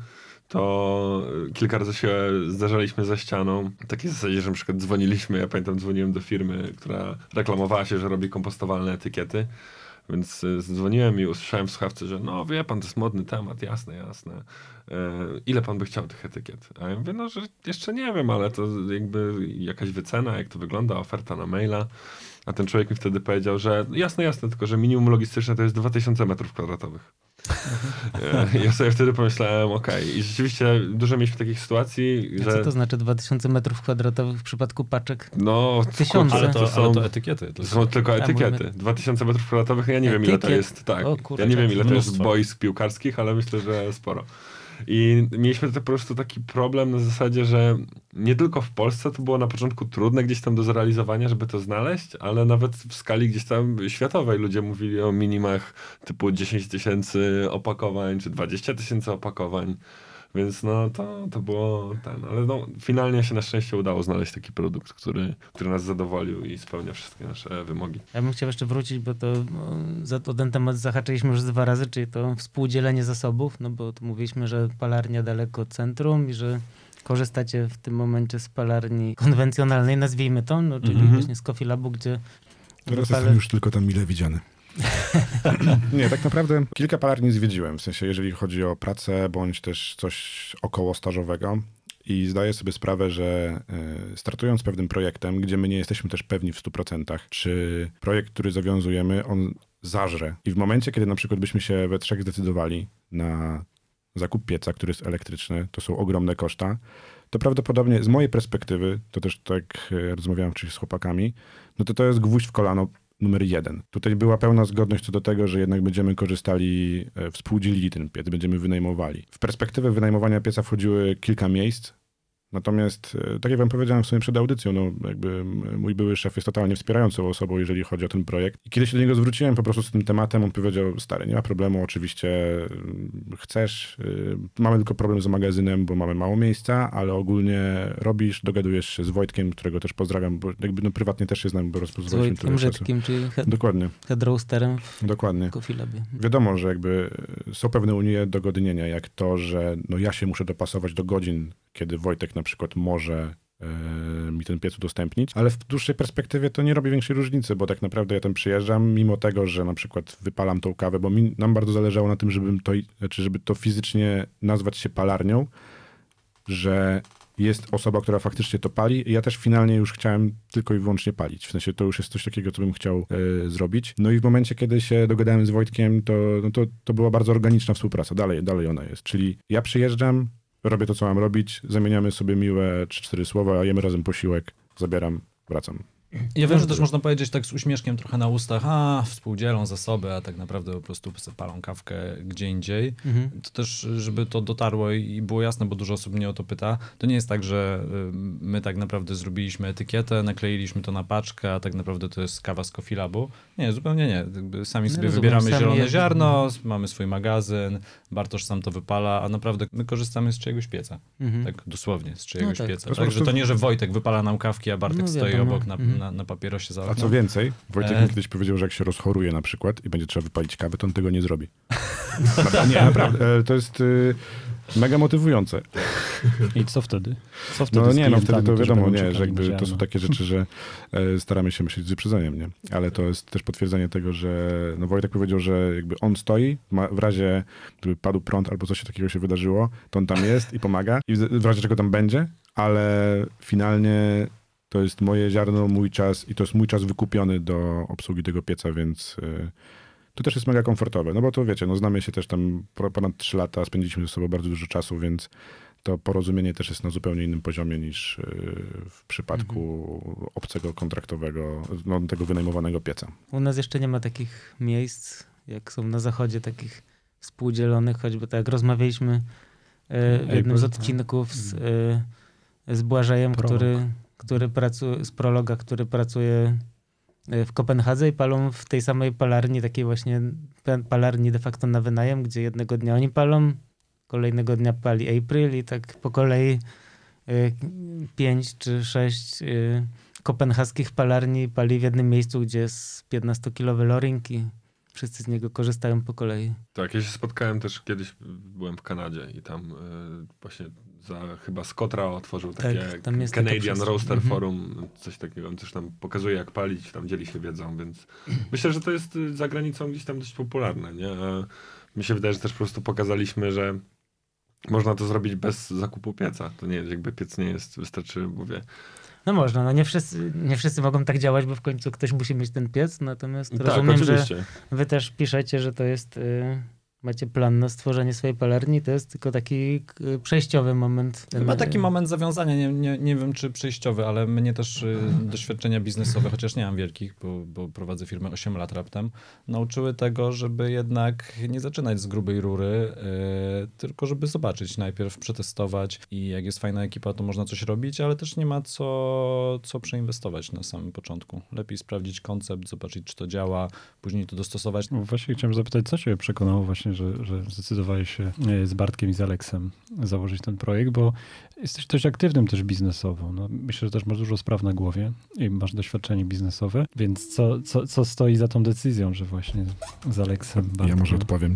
to kilka razy się zdarzaliśmy ze ścianą. W takiej zasadzie, że na przykład dzwoniliśmy, ja pamiętam, dzwoniłem do firmy, która reklamowała się, że robi kompostowalne etykiety. Więc y, dzwoniłem i usłyszałem w słuchawce, że no wie pan, to jest modny temat, jasne, jasne. E, ile pan by chciał tych etykiet? A ja mówię, no, że jeszcze nie wiem, ale to jakby jakaś wycena, jak to wygląda, oferta na maila. A ten człowiek mi wtedy powiedział, że jasne, jasne, tylko że minimum logistyczne to jest dwa tysiące metrów kwadratowych. E, ja sobie wtedy pomyślałem, okej. Okay. I rzeczywiście dużo mieliśmy takich sytuacji, A że... co to znaczy dwa tysiące metrów kwadratowych w przypadku paczek? No, Tysiące. Ale to, są- ale to etykiety. To Tylko. są tylko A, etykiety. mówimy- dwa tysiące metrów kwadratowych, ja nie wiem ile to Etykiet? jest. Tak. O kurczę, ja nie wiem ile to jest mnóstwo. boisk piłkarskich, ale myślę, że sporo. I mieliśmy to po prostu taki problem na zasadzie, że nie tylko w Polsce to było na początku trudne gdzieś tam do zrealizowania, żeby to znaleźć, ale nawet w skali gdzieś tam światowej ludzie mówili o minimach typu dziesięć tysięcy opakowań, czy dwadzieścia tysięcy opakowań. Więc no to, to było ten, ale no finalnie się na szczęście udało znaleźć taki produkt, który, który nas zadowolił i spełnia wszystkie nasze wymogi. Ja bym chciał jeszcze wrócić, bo to no, za to ten temat zahaczyliśmy już dwa razy, czyli to współdzielenie zasobów, no bo tu mówiliśmy, że palarnia daleko od centrum i że korzystacie w tym momencie z palarni konwencjonalnej, nazwijmy to, no, czyli Mhm. właśnie z Coffee Labu, gdzie Teraz wypale- jestem już tylko tam mile widziany. Nie, tak naprawdę kilka palarni zwiedziłem, w sensie jeżeli chodzi o pracę, bądź też coś około stażowego i zdaję sobie sprawę, że y, startując pewnym projektem, gdzie my nie jesteśmy też pewni w stu procentach, czy projekt, który zawiązujemy, on zażre. I w momencie, kiedy na przykład byśmy się we trzech zdecydowali na zakup pieca, który jest elektryczny, to są ogromne koszta, to prawdopodobnie z mojej perspektywy, to też tak y, rozmawiałem wcześniej z chłopakami, no to to jest gwóźdź w kolano numer jeden. Tutaj była pełna zgodność co do tego, że jednak będziemy korzystali, e, współdzielili ten piec, będziemy wynajmowali. W perspektywę wynajmowania pieca wchodziły kilka miejsc, natomiast, e, tak jak wam powiedziałem w sumie przed audycją, no jakby m, mój były szef jest totalnie wspierającą osobą, jeżeli chodzi o ten projekt. I kiedy się do niego zwróciłem po prostu z tym tematem, on powiedział, stary, nie ma problemu, oczywiście mm, chcesz, y, mamy tylko problem z magazynem, bo mamy mało miejsca, ale ogólnie robisz, dogadujesz się z Wojtkiem, którego też pozdrawiam, bo jakby no prywatnie też się znam, bo z rozpoznawaliśmy Wojtkiem tyle czasu. Rzeczkiem, czyli head, Dokładnie, head roasterem w dokładnie. Coffee Labie. Wiadomo, że jakby są pewne uniedogodnienia, jak to, że no ja się muszę dopasować do godzin, kiedy Wojtek na przykład może e, mi ten piec udostępnić, ale w dłuższej perspektywie to nie robi większej różnicy, bo tak naprawdę ja tam przyjeżdżam, mimo tego, że na przykład wypalam tą kawę, bo mi, nam bardzo zależało na tym, żebym to, znaczy żeby to fizycznie nazwać się palarnią, że jest osoba, która faktycznie to pali i ja też finalnie już chciałem tylko i wyłącznie palić. W sensie to już jest coś takiego, co bym chciał e, zrobić. No i w momencie, kiedy się dogadałem z Wojtkiem, to, no to, to była bardzo organiczna współpraca. Dalej, dalej ona jest. Czyli ja przyjeżdżam, robię to, co mam robić, zamieniamy sobie miłe trzy cztery słowa, jemy razem posiłek, zabieram, wracam. Ja wiem, że też można powiedzieć tak z uśmieszkiem trochę na ustach, a współdzielą zasoby, a tak naprawdę po prostu palą kawkę gdzie indziej. Mhm. To też, żeby to dotarło i było jasne, bo dużo osób mnie o to pyta, to nie jest tak, że y, my tak naprawdę zrobiliśmy etykietę, nakleiliśmy to na paczkę, a tak naprawdę to jest kawa z Coffee Labu. Nie, zupełnie nie. Jakby sami No sobie rozumiem, wybieramy sami zielone je- ziarno, Mhm. mamy swój magazyn, Bartosz sam to wypala, a naprawdę my korzystamy z czyjegoś pieca. Mhm. Tak dosłownie, z czyjegoś tak. pieca. To po Tak, że prostu- to nie, że Wojtek wypala nam kawki, a Bartek No stoi wiadomo. obok na, Mhm. na, na papierosie za A oknem. co więcej, Wojtek E. mi kiedyś powiedział, że jak się rozchoruje na przykład i będzie trzeba wypalić kawę, to on tego nie zrobi. Naprawdę, nie, naprawdę. e, To jest y, mega motywujące. I co wtedy? Co wtedy No z nie, no klientami, wtedy to którzy wiadomo, będą nie, czekali że na jakby to ziarno? są takie rzeczy, że e, staramy się myśleć z wyprzedzeniem, nie? Ale to jest też potwierdzenie tego, że no Wojtek powiedział, że jakby on stoi, ma, w razie gdyby padł prąd albo coś takiego się wydarzyło, to on tam jest i pomaga i w w razie czego tam będzie, ale finalnie to jest moje ziarno, mój czas i to jest mój czas wykupiony do obsługi tego pieca, więc y, to też jest mega komfortowe. No bo to wiecie, no znamy się też tam po- ponad trzy lata, spędziliśmy ze sobą bardzo dużo czasu, więc to porozumienie też jest na zupełnie innym poziomie niż y, w przypadku obcego kontraktowego, no, tego wynajmowanego pieca. U nas jeszcze nie ma takich miejsc, jak są na zachodzie, takich współdzielonych, choćby tak jak rozmawialiśmy e, w jednym z odcinków z, e, z Błażejem, Prolog. który, który pracuje, z Prologa, który pracuje e, w Kopenhadze i palą w tej samej palarni, takiej właśnie pa- palarni de facto na wynajem, gdzie jednego dnia oni palą, kolejnego dnia pali April i tak po kolei e, pięć czy sześć e, kopenhaskich palarni pali w jednym miejscu, gdzie jest piętnastokilowy loring i wszyscy z niego korzystają po kolei. Tak, ja się spotkałem też kiedyś, byłem w Kanadzie i tam y, właśnie za chyba Scotra otworzył Tak, takie tam jest taka Canadian przestrzeń. Roaster Mhm. Forum, coś takiego, on też tam pokazuje jak palić, tam dzieli się wiedzą, więc myślę, że to jest y, za granicą gdzieś tam dość popularne, nie? A mi się wydaje, że też po prostu pokazaliśmy, że można to zrobić bez zakupu pieca. To nie jest, jakby piec nie jest, wystarczy, mówię, No można, no nie wszyscy, nie wszyscy mogą tak działać, bo w końcu ktoś musi mieć ten piec, natomiast tak, rozumiem, że oczywiście. wy też piszecie, że to jest, y, macie plan na stworzenie swojej palarni, to jest tylko taki y, przejściowy moment. Ten, Chyba y, taki moment zawiązania, nie, nie, nie wiem czy przejściowy, ale mnie też y, doświadczenia biznesowe, chociaż nie mam wielkich, bo, bo prowadzę firmę osiem lat raptem, nauczyły tego, żeby jednak nie zaczynać z grubej rury, y, tylko żeby zobaczyć najpierw, przetestować i jak jest fajna ekipa, to można coś robić, ale też nie ma co, co przeinwestować na samym początku. Lepiej sprawdzić koncept, zobaczyć czy to działa, później to dostosować. No właśnie chciałem zapytać, co cię przekonało właśnie właśnie, że, że zdecydowałeś się z Bartkiem i z Aleksem założyć ten projekt, bo jesteś dość aktywnym też biznesowo. No, myślę, że też masz dużo spraw na głowie i masz doświadczenie biznesowe, więc co, co, co stoi za tą decyzją, że właśnie z Aleksem Bartkiem? Ja może odpowiem.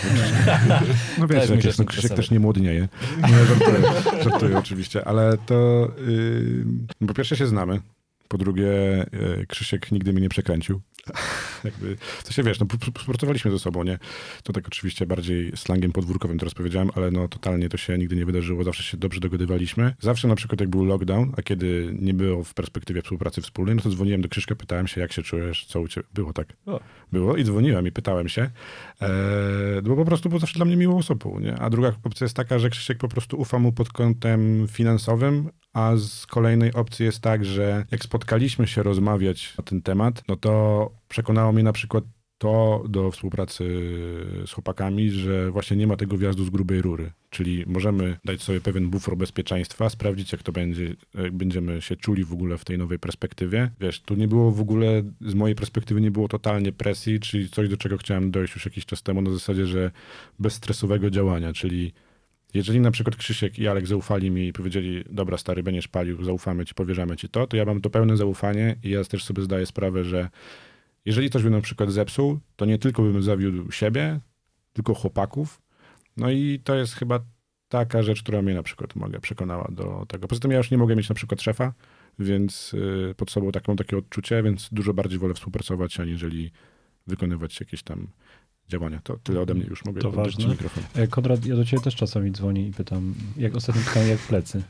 No wiesz, jak jest, no, Krzysiek też nie młodnieje. Nie, żartuję, żartuję oczywiście, ale to yy, po pierwsze się znamy, po drugie yy, Krzysiek nigdy mnie nie przekręcił. Jakby, to się wiesz, no sportowaliśmy ze sobą, nie? To tak oczywiście bardziej slangiem podwórkowym teraz powiedziałem, ale no totalnie to się nigdy nie wydarzyło, zawsze się dobrze dogadywaliśmy. Zawsze na przykład jak był lockdown, a kiedy nie było w perspektywie współpracy wspólnej, no to dzwoniłem do Krzyśka, pytałem się, jak się czujesz, co u ciebie. Było tak. O. Było i dzwoniłem i pytałem się, e, bo po prostu był zawsze dla mnie miłą osobą, nie? A druga opcja jest taka, że Krzysiek po prostu ufa mu pod kątem finansowym, a z kolejnej opcji jest tak, że jak spotkaliśmy się rozmawiać na ten temat, no to przekonało mnie na przykład to do współpracy z chłopakami, że właśnie nie ma tego wjazdu z grubej rury. Czyli możemy dać sobie pewien bufor bezpieczeństwa, sprawdzić jak to będzie, jak będziemy się czuli w ogóle w tej nowej perspektywie. Wiesz, tu nie było w ogóle, z mojej perspektywy nie było totalnie presji, czyli coś, do czego chciałem dojść już jakiś czas temu na zasadzie, że bezstresowego działania, czyli jeżeli na przykład Krzysiek i Alek zaufali mi i powiedzieli, dobra stary, będziesz palił, zaufamy ci, powierzamy ci to, to ja mam to pełne zaufanie i ja też sobie zdaję sprawę, że jeżeli ktoś by na przykład zepsuł, to nie tylko bym zawiódł siebie, tylko chłopaków. No i to jest chyba taka rzecz, która mnie na przykład mogę przekonała do tego. Poza tym ja już nie mogę mieć na przykład szefa, więc yy, pod sobą taką takie odczucie, więc dużo bardziej wolę współpracować, aniżeli wykonywać jakieś tam działania. To tyle ode mnie, już mogę to oddać ważne. mikrofon. Konrad, ja do ciebie też czasami dzwonię i pytam, jak ostatnio pytam, jak plecy.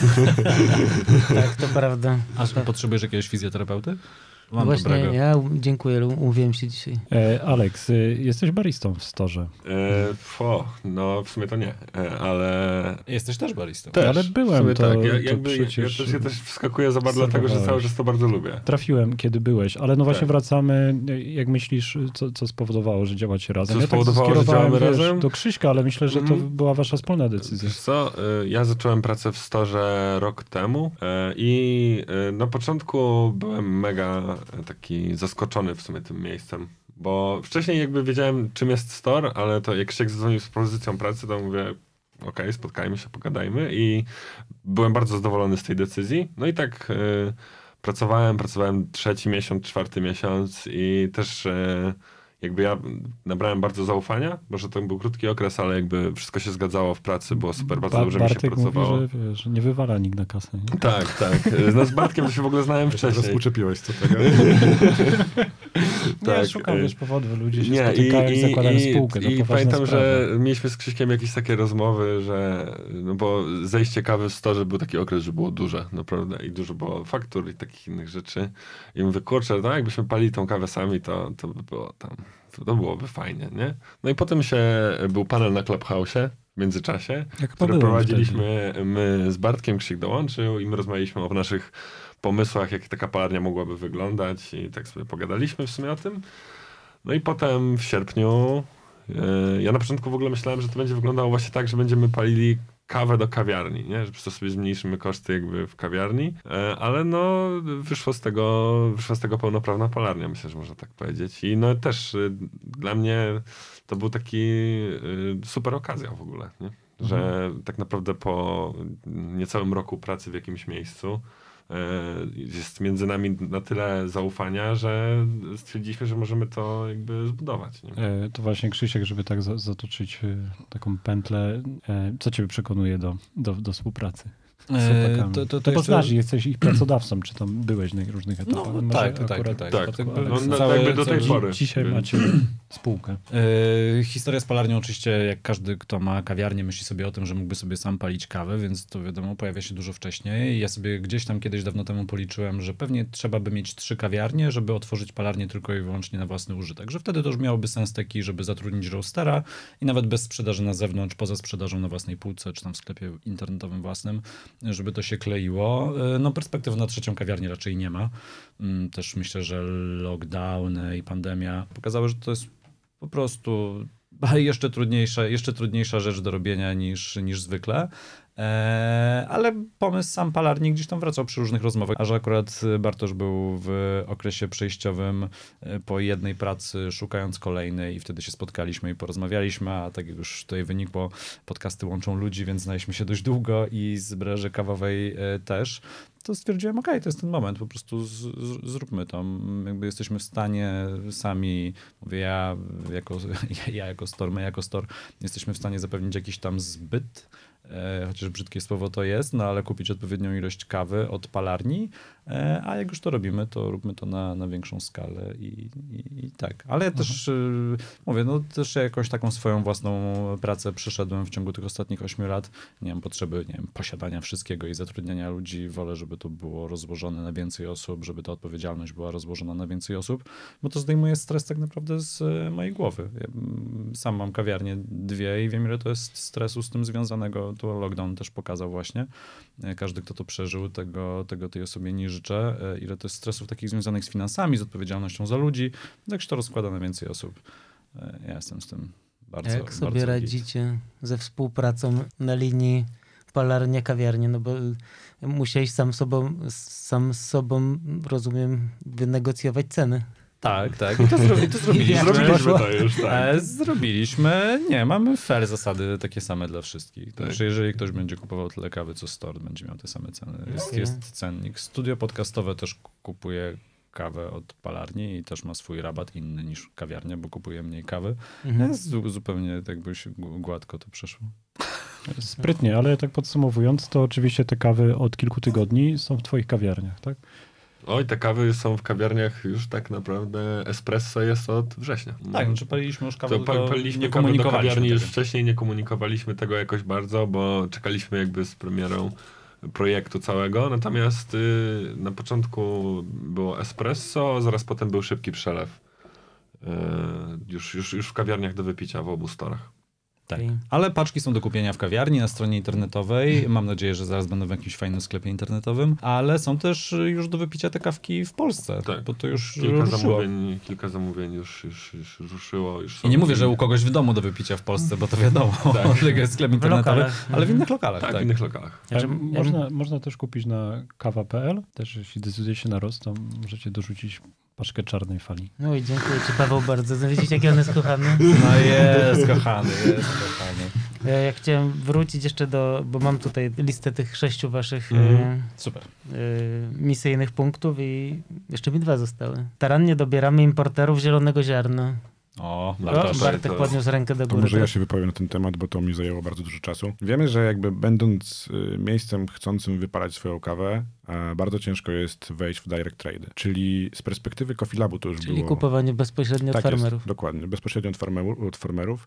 Tak, to prawda. A potrzebujesz jakiegoś fizjoterapeuty? Mam Właśnie dobrego. ja dziękuję, umówiłem się dzisiaj. E, Aleks, y, jesteś baristą w storze. E, fo, no w sumie to nie, e, ale... Jesteś też baristą. Też, ale byłem, w sumie to- tak. Ja, to jakby, przecież ja też, ja też wskakuję za bardzo dlatego, że cały czas to bardzo lubię. Trafiłem, kiedy byłeś, ale no właśnie Tak. wracamy, jak myślisz, co, co spowodowało, że działacie razem? Co ja spowodowało, tak że skierowałem, działamy wiesz, razem? do Krzyśka, ale myślę, że to Mhm. była wasza wspólna decyzja. Wiesz co, y, ja zacząłem pracę w storze rok temu y, i y, na początku byłem mega taki zaskoczony w sumie tym miejscem, bo wcześniej jakby wiedziałem, czym jest store, ale to jak Krzysiek zadzwonił z propozycją pracy, to mówię, okej, okay, spotkajmy się, pogadajmy i byłem bardzo zadowolony z tej decyzji. No i tak y, pracowałem, pracowałem trzeci miesiąc, czwarty miesiąc i też y, jakby ja nabrałem bardzo zaufania, może to był krótki okres, ale jakby wszystko się zgadzało w pracy, było super, bardzo Ba- dobrze mi się Bartek pracowało. mówi, że, wiesz, że nie wywala nikt na kasę. Nie? Tak, tak. No z Bartkiem to się w ogóle znałem wcześniej. Teraz uczepiłeś, co tego? Nie, Tak, szukam, y- wiesz, powodów, ludzie się Nie, spotykają i, zakładają spółkę. To i poważna pamiętam, sprawa. że mieliśmy z Krzyśkiem jakieś takie rozmowy, że no bo zejście kawy w storze był taki okres, że było duże, naprawdę, i dużo było faktur i takich innych rzeczy. I mówię, kurczę, no jakbyśmy palili tą kawę sami, to, to by było tam, to byłoby fajnie, nie? No i potem się, był panel na Clubhouse'ie w międzyczasie, Jak który byłem prowadziliśmy my z Bartkiem, Krzysiek dołączył i my rozmawialiśmy o naszych pomysłach, jak taka palarnia mogłaby wyglądać i tak sobie pogadaliśmy w sumie o tym. No i potem w sierpniu, yy, ja na początku w ogóle myślałem, że to będzie wyglądało właśnie tak, że będziemy palili kawę do kawiarni, nie? Że przez to sobie zmniejszymy koszty jakby w kawiarni, yy, ale no wyszło z tego, wyszła z tego pełnoprawna palarnia, myślę, że można tak powiedzieć. I no też yy, dla mnie to był taki yy, super okazja w ogóle, nie? Że mhm. tak naprawdę po niecałym roku pracy w jakimś miejscu jest między nami na tyle zaufania, że stwierdziliśmy, że możemy to jakby zbudować. Nie? To właśnie Krzysiek, żeby tak za, zatoczyć taką pętlę, co ciebie przekonuje do, do, do współpracy? Eee, to, to, to to jeszcze... poznasz, jesteś ich pracodawcą, czy tam byłeś na różnych etapach? No, Może tak, tak, akurat, tak, tak. tak. No, no, całe, jakby do tej całe, pory. Dzisiaj Więc... macie spółkę. Yy, historia z palarnią oczywiście, jak każdy, kto ma kawiarnię, myśli sobie o tym, że mógłby sobie sam palić kawę, więc to wiadomo, pojawia się dużo wcześniej. Ja sobie gdzieś tam kiedyś dawno temu policzyłem, że pewnie trzeba by mieć trzy kawiarnie, żeby otworzyć palarnię tylko i wyłącznie na własny użytek. Że wtedy to już miałoby sens taki, żeby zatrudnić roastera i nawet bez sprzedaży na zewnątrz, poza sprzedażą na własnej półce, czy tam w sklepie internetowym własnym, żeby to się kleiło. No perspektyw na trzecią kawiarnię raczej nie ma. Też myślę, że lockdowny i pandemia pokazały, że to jest po prostu jeszcze trudniejsza, jeszcze trudniejsza rzecz do robienia niż, niż zwykle. Eee, ale pomysł sam palarni gdzieś tam wracał przy różnych rozmowach, a że akurat Bartosz był w okresie przejściowym po jednej pracy, szukając kolejnej i wtedy się spotkaliśmy i porozmawialiśmy, a tak jak już tutaj wynikło, podcasty łączą ludzi, więc znaliśmy się dość długo i z branży kawowej też, to stwierdziłem, okej, okay, to jest ten moment, po prostu z, z, zróbmy to. Jakby jesteśmy w stanie sami, mówię ja jako, ja jako store, my jako store, jesteśmy w stanie zapewnić jakiś tam zbyt, e, chociaż brzydkie słowo to jest, no ale kupić odpowiednią ilość kawy od palarni, e, a jak już to robimy, to róbmy to na, na większą skalę i, i, i tak. Ale ja też e, mówię, no też jakąś taką swoją własną pracę przyszedłem w ciągu tych ostatnich ośmiu lat. Nie mam potrzeby, nie wiem, posiadania wszystkiego i zatrudniania ludzi. Wolę, żeby to było rozłożone na więcej osób, żeby ta odpowiedzialność była rozłożona na więcej osób, bo to zdejmuje stres tak naprawdę z mojej głowy. Ja sam mam kawiarnię dwie i wiem, ile to jest stresu z tym związanego. To lockdown też pokazał właśnie. Każdy, kto to przeżył, tego, tego tej osobie nie życzę. Ile to jest stresów takich związanych z finansami, z odpowiedzialnością za ludzi. Jak się to rozkłada na więcej osób. Ja jestem z tym bardzo, Jak sobie bardzo radzicie git. ze współpracą na linii palarnia-kawiarnia? No bo musiałeś sam sobą, sam z sobą, rozumiem, wynegocjować ceny. Tak, tak. I to, zrobi, to zrobiliśmy. Zrobiliśmy to już, tak. E, zrobiliśmy. Nie, mamy fair zasady takie same dla wszystkich. Tak. Znaczy, jeżeli ktoś będzie kupował tyle kawy, co store, będzie miał te same ceny. Jest, Okay. jest cennik. Studio podcastowe też kupuje kawę od palarni i też ma swój rabat inny niż kawiarnia, bo kupuje mniej kawy. Mhm. Jest zu- zupełnie jakby się gładko to przeszło. Sprytnie, ale tak podsumowując, to oczywiście te kawy od kilku tygodni są w twoich kawiarniach, tak? Oj, te kawy są w kawiarniach już tak naprawdę, espresso jest od września. Tak, znaczy paliliśmy już kawę, To pa- tylko paliliśmy nie kawę do komunikowaliśmy kawiarni już tego. wcześniej, nie komunikowaliśmy tego jakoś bardzo, bo czekaliśmy jakby z premierą projektu całego, natomiast y, na początku było espresso, zaraz potem był szybki przelew. Y, już, już, już w kawiarniach do wypicia w obu storach. Tak. Okej. Ale paczki są do kupienia w kawiarni, na stronie internetowej. Mam nadzieję, że zaraz będą w jakimś fajnym sklepie internetowym. Ale są też już do wypicia te kawki w Polsce, Tak. bo to już Kilka ruszyło. zamówień, kilka zamówień już, już, już ruszyło. Już są I nie mówię, że u innych- kogoś w domu do wypicia w Polsce, bo to wiadomo, tak. jest sklep internetowy, lokalach. ale w innych lokalach. Tak, Tak, w innych lokalach. Znaczy, Ale można, można też kupić na kawa kropka pe el. Też jeśli decydujecie na rost, to możecie dorzucić paczkę czarnej fali. No i dziękuję ci, Paweł, bardzo. No widzicie, jaki on jest kochany. No jest kochany, jest kochany. Ja, ja chciałem wrócić jeszcze do, bo mam tutaj listę tych sześciu waszych Mhm. e, Super. e, misyjnych punktów i jeszcze mi dwa zostały. Starannie dobieramy importerów zielonego ziarna. O, O, Bartosz. Bartek to- podniósł rękę do To góry. może ja też. się wypowiem na ten temat, bo to mi zajęło bardzo dużo czasu. Wiemy, że jakby będąc y, miejscem chcącym wypalać swoją kawę, a bardzo ciężko jest wejść w direct trade. Czyli z perspektywy Coffee Labu to już Czyli było... kupowanie bezpośrednio od tak farmerów. Jest, dokładnie, bezpośrednio od, farmeru, od farmerów.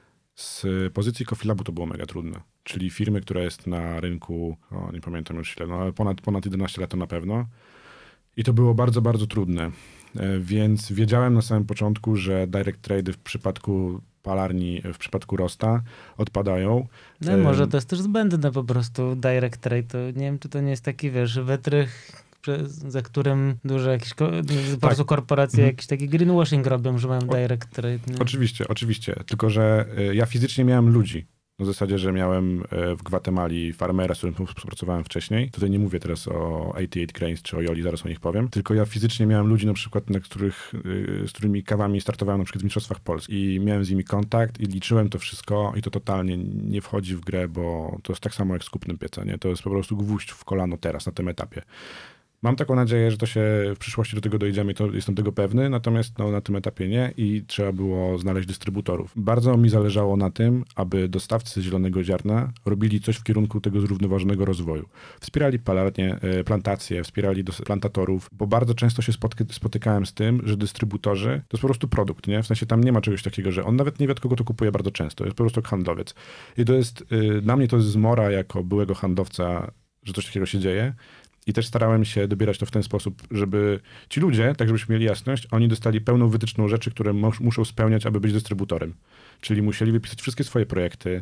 Z pozycji Coffee Labu to było mega trudne. Czyli firmy, która jest na rynku, o, nie pamiętam już ile, no ale ponad, ponad jedenaście lat to na pewno. I to było bardzo, bardzo trudne. E, Więc wiedziałem na samym początku, że direct trade w przypadku palarni, w przypadku rosta odpadają. No E, może to jest też zbędne po prostu direct trade. To nie wiem, czy to nie jest taki, wiesz, wytrych, prze- za którym duże jakieś ko- po prostu korporacje Mhm. jakiś taki greenwashing robią, że mają O- direct trade. Nie? Oczywiście, oczywiście. Tylko, że e, ja fizycznie miałem ludzi. Na zasadzie, że miałem e, w Gwatemali farmera, z którym współpracowałem wcześniej. Tutaj nie mówię teraz o osiemdziesiąt osiem Grains czy o Joli, zaraz o nich powiem. Tylko ja fizycznie miałem ludzi na przykład, na których, e, z którymi kawami startowałem na przykład w Mistrzostwach Polski. I miałem z nimi kontakt i liczyłem to wszystko i to totalnie nie wchodzi w grę, bo to jest tak samo jak z kupnem pieca, nie? To jest po prostu gwóźdź w kolano teraz, na tym etapie. Mam taką nadzieję, że to się w przyszłości do tego dojdziemy, to jestem tego pewny, natomiast no, na tym etapie nie i trzeba było znaleźć dystrybutorów. Bardzo mi zależało na tym, aby dostawcy zielonego ziarna robili coś w kierunku tego zrównoważonego rozwoju. Wspierali palarnie, e, plantacje, wspierali dos- plantatorów, bo bardzo często się spotky- spotykałem z tym, że dystrybutorzy to jest po prostu produkt, nie? W sensie tam nie ma czegoś takiego, że on nawet nie wie, od kogo to kupuje bardzo często. Jest po prostu jak handlowiec. I to jest, y, dla mnie to jest zmora jako byłego handlowca, że coś takiego się dzieje. I też starałem się dobierać to w ten sposób, żeby ci ludzie, tak żebyśmy mieli jasność, oni dostali pełną wytyczną rzeczy, które mus- muszą spełniać, aby być dystrybutorem. Czyli musieli wypisać wszystkie swoje projekty,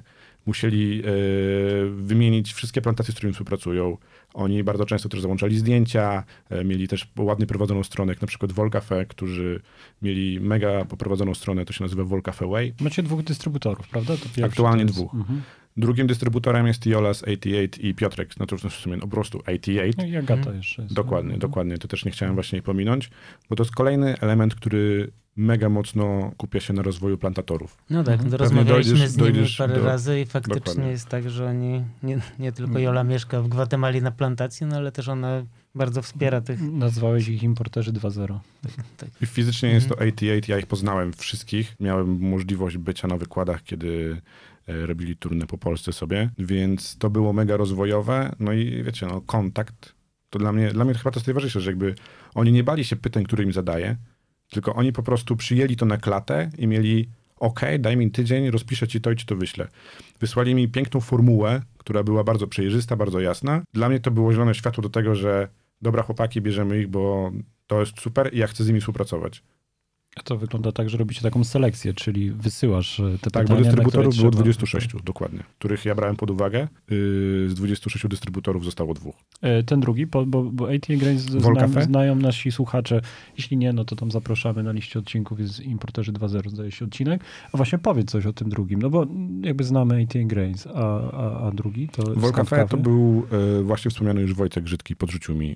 musieli y, wymienić wszystkie plantacje, z którymi współpracują. Oni bardzo często też załączali zdjęcia, y, mieli też ładnie prowadzoną stronę, jak na przykład Vol Cafe, którzy mieli mega poprowadzoną stronę, to się nazywa Vol Cafe Way. Macie dwóch dystrybutorów, prawda? To Aktualnie to jest... dwóch. Mhm. Drugim dystrybutorem jest Jolas osiemdziesiąt osiem i Piotrek, no to już w sumie no, po prostu osiemdziesiąt osiem. No i Agata mhm. jeszcze jest. Dokładnie, mhm. dokładnie. To też nie chciałem właśnie jej pominąć, bo to jest kolejny element, który mega mocno kupia się na rozwoju plantatorów. No tak, Pewnie rozmawialiśmy dojdziesz- z nimi dojdziesz parę do- razy i faktycznie Dokładnie. jest tak, że oni, nie, nie tylko Jola mieszka w Gwatemali na plantacji, no ale też ona bardzo wspiera tych... Nazwałeś ich importerzy dwa zero. tak. I fizycznie jest to osiemdziesiąt osiem, ja ich poznałem wszystkich. Miałem możliwość bycia na wykładach, kiedy e, robili turnę po Polsce sobie, więc to było mega rozwojowe. No i wiecie, no kontakt, to dla mnie, dla mnie chyba to jest najważniejsze, że jakby oni nie bali się pytań, które im zadaję, tylko oni po prostu przyjęli to na klatę i mieli okej, okay, daj mi tydzień, rozpiszę ci to i ci to wyślę. Wysłali mi piękną formułę, która była bardzo przejrzysta, bardzo jasna. Dla mnie to było zielone światło do tego, że dobra chłopaki, bierzemy ich, bo to jest super i ja chcę z nimi współpracować. A to wygląda tak, że robicie taką selekcję, czyli wysyłasz te Tak, pytania, bo dystrybutorów na które było trzeba. dwudziestu sześciu, dokładnie, których ja brałem pod uwagę. Yy, z dwudziestu sześciu dystrybutorów zostało dwóch. E, Ten drugi, bo, bo, bo A T A Grains Vol zna, Cafe? znają nasi słuchacze. Jeśli nie, no to tam zapraszamy na liście odcinków, jest Importerzy dwa zero, zdaje się, odcinek. A właśnie powiedz coś o tym drugim, no bo jakby znamy A T A Grains, a, a, a drugi to... Vol skąd Cafe kawy? to był yy, właśnie wspomniany już Wojtek Grzydki, podrzucił mi yy,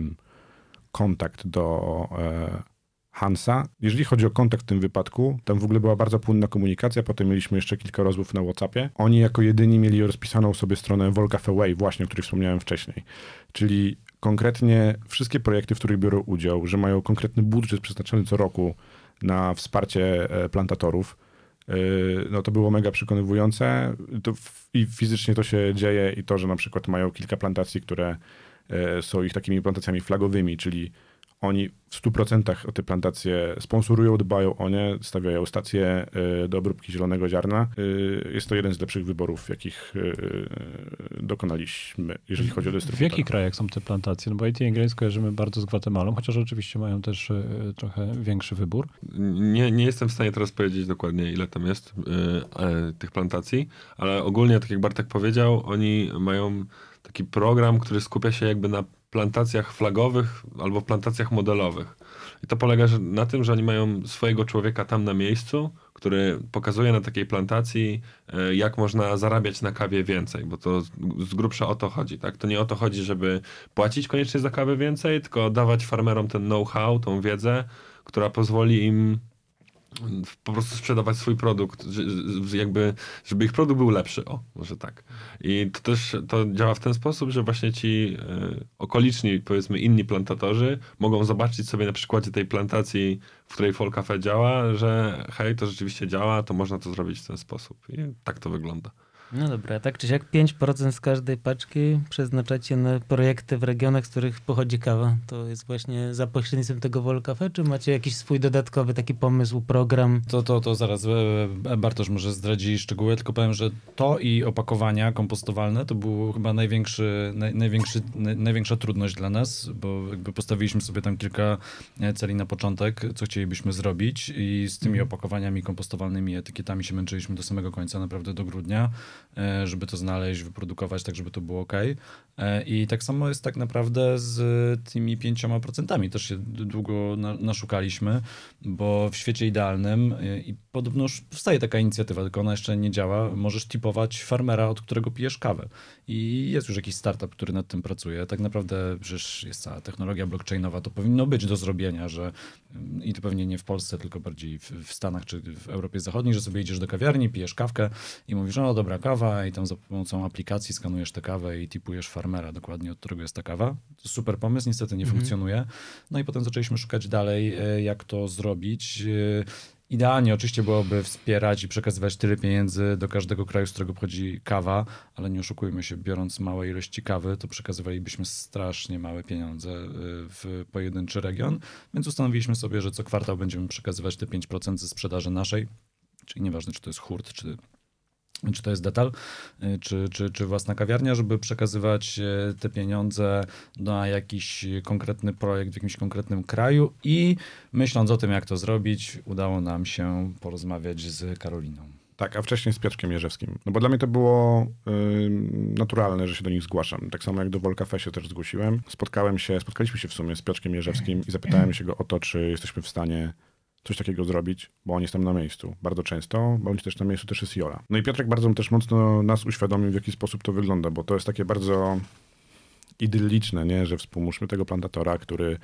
kontakt do yy, Hansa. Jeżeli chodzi o kontakt w tym wypadku, tam w ogóle była bardzo płynna komunikacja, potem mieliśmy jeszcze kilka rozmów na WhatsAppie. Oni jako jedyni mieli rozpisaną sobie stronę Vol Cafe Way, właśnie, o której wspomniałem wcześniej. Czyli konkretnie wszystkie projekty, w których biorą udział, że mają konkretny budżet przeznaczony co roku na wsparcie e, plantatorów, e, no to było mega przekonywujące. To w, I fizycznie to się dzieje i to, że na przykład mają kilka plantacji, które e, są ich takimi plantacjami flagowymi, czyli oni w stu procentach o te plantacje sponsorują, dbają o nie, stawiają stacje y, do obróbki zielonego ziarna. Y, jest to jeden z lepszych wyborów, jakich y, dokonaliśmy, jeżeli chodzi o W dystrybutora. jakich krajach są te plantacje? No bo A T A Grains kojarzymy bardzo z Gwatemalą, chociaż oczywiście mają też y, trochę większy wybór. Nie, nie jestem w stanie teraz powiedzieć dokładnie, ile tam jest y, e, tych plantacji, ale ogólnie, tak jak Bartek powiedział, oni mają taki program, który skupia się jakby na plantacjach flagowych albo plantacjach modelowych. I to polega na tym, że oni mają swojego człowieka tam na miejscu, który pokazuje na takiej plantacji, jak można zarabiać na kawie więcej, bo to z grubsza o to chodzi. Tak? To nie o to chodzi, żeby płacić koniecznie za kawę więcej, tylko dawać farmerom ten know-how, tą wiedzę, która pozwoli im po prostu sprzedawać swój produkt, jakby, żeby ich produkt był lepszy, o, może tak. I to też to działa w ten sposób, że właśnie ci y, okoliczni, powiedzmy inni plantatorzy mogą zobaczyć sobie na przykładzie tej plantacji, w której Vol Cafe działa, że hej, to rzeczywiście działa, to można to zrobić w ten sposób. I tak to wygląda. No dobra, tak czy siak pięć procent z każdej paczki przeznaczacie na projekty w regionach, z których pochodzi kawa. To jest właśnie za pośrednictwem tego Vol Cafe, czy macie jakiś swój dodatkowy taki pomysł, program? To, to, to zaraz e, Bartosz może zdradzi szczegóły, tylko powiem, że to i opakowania kompostowalne to był chyba największy, naj, największy, naj, największa trudność dla nas, bo jakby postawiliśmy sobie tam kilka celi na początek, co chcielibyśmy zrobić i z tymi opakowaniami kompostowalnymi, etykietami się męczyliśmy do samego końca, naprawdę do grudnia, żeby to znaleźć, wyprodukować tak, żeby to było ok. I tak samo jest tak naprawdę z tymi pięcioma procentami. Też się długo na, naszukaliśmy, bo w świecie idealnym i podobno już powstaje taka inicjatywa, tylko ona jeszcze nie działa. Możesz tipować farmera, od którego pijesz kawę. I jest już jakiś startup, który nad tym pracuje. Tak naprawdę przecież jest cała technologia blockchainowa, to powinno być do zrobienia, że i to pewnie nie w Polsce, tylko bardziej w, w Stanach czy w Europie Zachodniej, że sobie idziesz do kawiarni, pijesz kawkę i mówisz, no dobra kawa i tam za pomocą aplikacji skanujesz tę kawę i tipujesz farmera dokładnie, od którego jest ta kawa. To super pomysł, niestety nie mhm. funkcjonuje. No i potem zaczęliśmy szukać dalej, jak to zrobić. Idealnie oczywiście byłoby wspierać i przekazywać tyle pieniędzy do każdego kraju, z którego pochodzi kawa, ale nie oszukujmy się, biorąc małe ilości kawy, to przekazywalibyśmy strasznie małe pieniądze w pojedynczy region, więc ustanowiliśmy sobie, że co kwartał będziemy przekazywać te pięć procent ze sprzedaży naszej, czyli nieważne, czy to jest hurt, czy czy to jest detal, czy, czy, czy własna kawiarnia, żeby przekazywać te pieniądze na jakiś konkretny projekt w jakimś konkretnym kraju i myśląc o tym, jak to zrobić, udało nam się porozmawiać z Karoliną. Tak, a wcześniej z Piotrkiem Jerzewskim. No bo dla mnie to było y, naturalne, że się do nich zgłaszam. Tak samo jak do Volcafe się też zgłosiłem. Spotkałem się, spotkaliśmy się w sumie z Piotrkiem Jerzewskim i zapytałem się go o to, czy jesteśmy w stanie coś takiego zrobić, bo on jest tam na miejscu bardzo często, bądź też na miejscu też jest Jola. No i Piotrek bardzo też mocno nas uświadomił, w jaki sposób to wygląda, bo to jest takie bardzo idylliczne, nie? Że wspomóżmy tego plantatora, który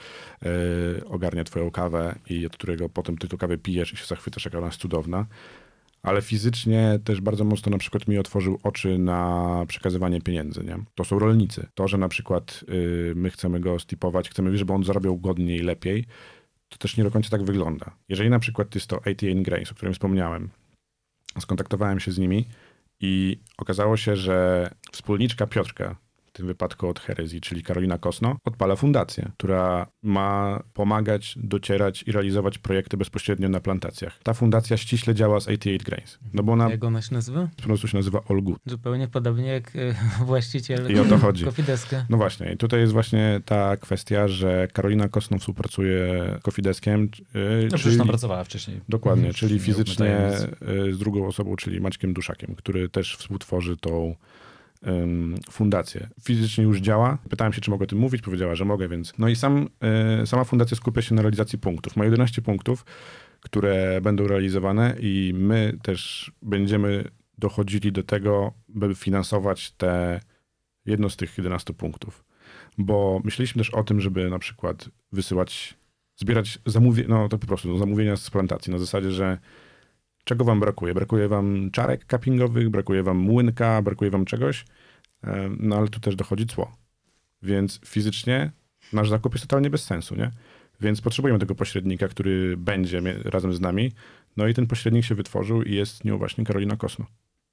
yy, ogarnia twoją kawę i od którego potem ty tą kawę pijesz i się zachwycasz, jaka ona jest cudowna. Ale fizycznie też bardzo mocno na przykład mi otworzył oczy na przekazywanie pieniędzy, nie? To są rolnicy. To, że na przykład yy, my chcemy go stipować, chcemy, żeby on zarabiał godniej, lepiej, to też nie do końca tak wygląda. Jeżeli na przykład jest to A T N Grains, o którym wspomniałem, skontaktowałem się z nimi i okazało się, że wspólniczka Piotrka, w tym wypadku od Herezji, czyli Karolina Kosno, odpala fundację, która ma pomagać, docierać i realizować projekty bezpośrednio na plantacjach. Ta fundacja ściśle działa z osiemdziesiąt osiem Grains. No bo ona Jak ona się nazywa? po prostu się nazywa All Good. Zupełnie podobnie jak y, właściciel I o to chodzi. Cofideska. No właśnie, i tutaj jest właśnie ta kwestia, że Karolina Kosno współpracuje z Cofideskiem. Yy, No przecież tam pracowała wcześniej. Dokładnie, Mhm. czyli Nie fizycznie ukrytajmy nic. z drugą osobą, czyli Maćkiem Duszakiem, który też współtworzy tą um, fundację. Fizycznie już działa. Pytałem się, czy mogę o tym mówić, powiedziała, że mogę, więc... No i sam, y, sama fundacja skupia się na realizacji punktów. Ma jedenaście punktów, które będą realizowane i my też będziemy dochodzili do tego, by finansować te jedno z tych jedenastu punktów. Bo myśleliśmy też o tym, żeby na przykład wysyłać, zbierać zamówienia, no to po prostu no, zamówienia z plantacji na zasadzie, że czego wam brakuje? Brakuje wam czarek cuppingowych, brakuje wam młynka, brakuje wam czegoś, no ale tu też dochodzi cło. Więc fizycznie nasz zakup jest totalnie bez sensu, nie? Więc potrzebujemy tego pośrednika, który będzie razem z nami. No i ten pośrednik się wytworzył i jest nią właśnie Karolina Kosno.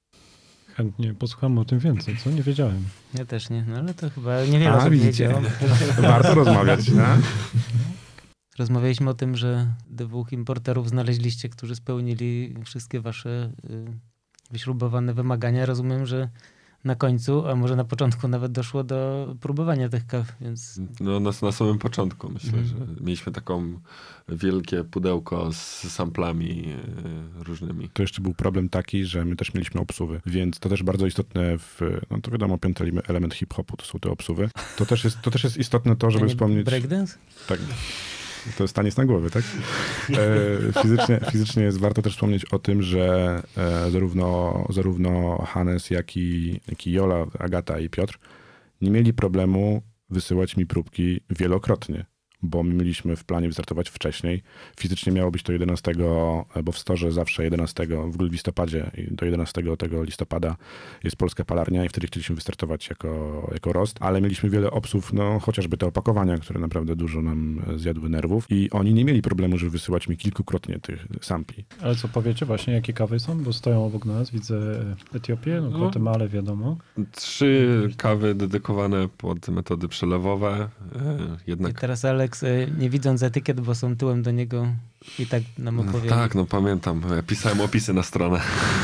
Chętnie posłucham o tym więcej, co? Nie wiedziałem. Ja też nie, no ale to chyba niewiele A, osób widzicie. wiedziało. Warto rozmawiać, nie? Rozmawialiśmy o tym, że dwóch importerów znaleźliście, którzy spełnili wszystkie wasze y, wyśrubowane wymagania. Rozumiem, że na końcu, a może na początku nawet doszło do próbowania tych kaw, więc... No na, na samym początku myślę, Mhm. że mieliśmy taką wielkie pudełko z samplami e, różnymi. To jeszcze był problem taki, że my też mieliśmy obsuwy, więc to też bardzo istotne w, no to wiadomo, piąty element hip-hopu to są te obsuwy. To też jest, to też jest istotne to, żeby To nie wspomnieć... breakdance? Tak. To jest taniec na głowie, tak? E, fizycznie, fizycznie jest warto też wspomnieć o tym, że e, zarówno, zarówno Hannes, jak i, jak i Jola, Agata i Piotr nie mieli problemu wysyłać mi próbki wielokrotnie, bo my mieliśmy w planie wystartować wcześniej. Fizycznie miało być to jedenastego, bo w storze zawsze jedenastego, w ogóle w listopadzie, do jedenastego tego listopada jest polska palarnia i wtedy chcieliśmy wystartować jako, jako rost, ale mieliśmy wiele obsów, no chociażby te opakowania, które naprawdę dużo nam zjadły nerwów i oni nie mieli problemu, żeby wysyłać mi kilkukrotnie tych sampli. Ale co powiecie właśnie, jakie kawy są? Bo stoją obok nas, widzę Etiopię, no, No. Gwatemalę wiadomo. Trzy kawy dedykowane pod metody przelewowe. E, I jednak teraz Alex, y, nie widząc etykiet, bo są tyłem do niego i tak nam No opowie. tak, no pamiętam. Ja pisałem opisy na stronę.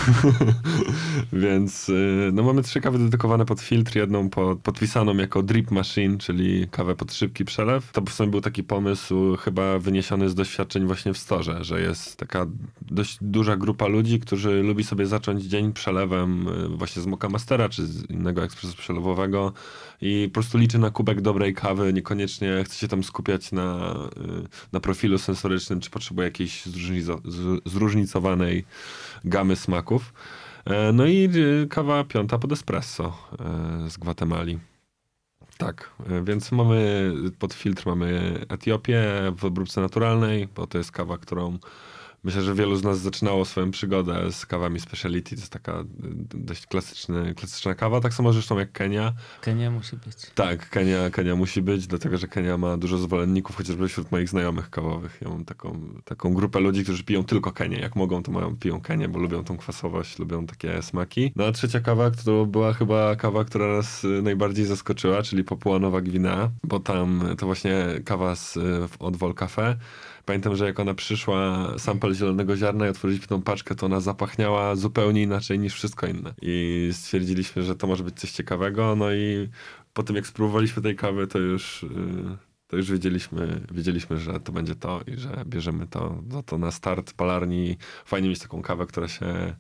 Więc y, no mamy trzy kawy dedykowane pod filtr, jedną pod, podpisaną jako drip machine, czyli kawę pod szybki przelew. To w sumie był taki pomysł chyba wyniesiony z doświadczeń właśnie w storze, że jest taka dość duża grupa ludzi, którzy lubi sobie zacząć dzień przelewem y, właśnie z Moka Mastera, czy z innego ekspresu przelewowego i po prostu liczy na kubek dobrej kawy, niekoniecznie chce się tam skupiać na, y, na profilu sensorycznym, czy potrzebuje jakiejś zróżnico- z- zróżnicowanej gamy smaków. E, No i y, kawa piąta pod espresso e, z Gwatemali. Tak, e, więc mamy pod filtr mamy Etiopię w obróbce naturalnej, bo to jest kawa, którą myślę, że wielu z nas zaczynało swoją przygodę z kawami speciality. To jest taka y, dość klasyczny, klasyczna kawa, tak samo zresztą jak Kenia. Kenia musi być. Tak, Kenia, Kenia musi być, dlatego że Kenia ma dużo zwolenników, chociażby wśród moich znajomych kawowych. Ja mam taką, taką grupę ludzi, którzy piją tylko Kenię. Jak mogą, to mają, piją Kenię, bo lubią tą kwasowość, lubią takie smaki. No a trzecia kawa, to była chyba kawa, która nas y, najbardziej zaskoczyła, czyli Papua Nowa Gwinea, bo tam to właśnie kawa z, od Volcafe. Pamiętam, że jak ona przyszła, sample zielonego ziarna i otworzyliśmy tą paczkę, to ona zapachniała zupełnie inaczej niż wszystko inne. I stwierdziliśmy, że to może być coś ciekawego. No i po tym, jak spróbowaliśmy tej kawy, to już, yy, to już wiedzieliśmy, wiedzieliśmy, że to będzie to i że bierzemy to, no to na start palarni. Fajnie mieć taką kawę, która się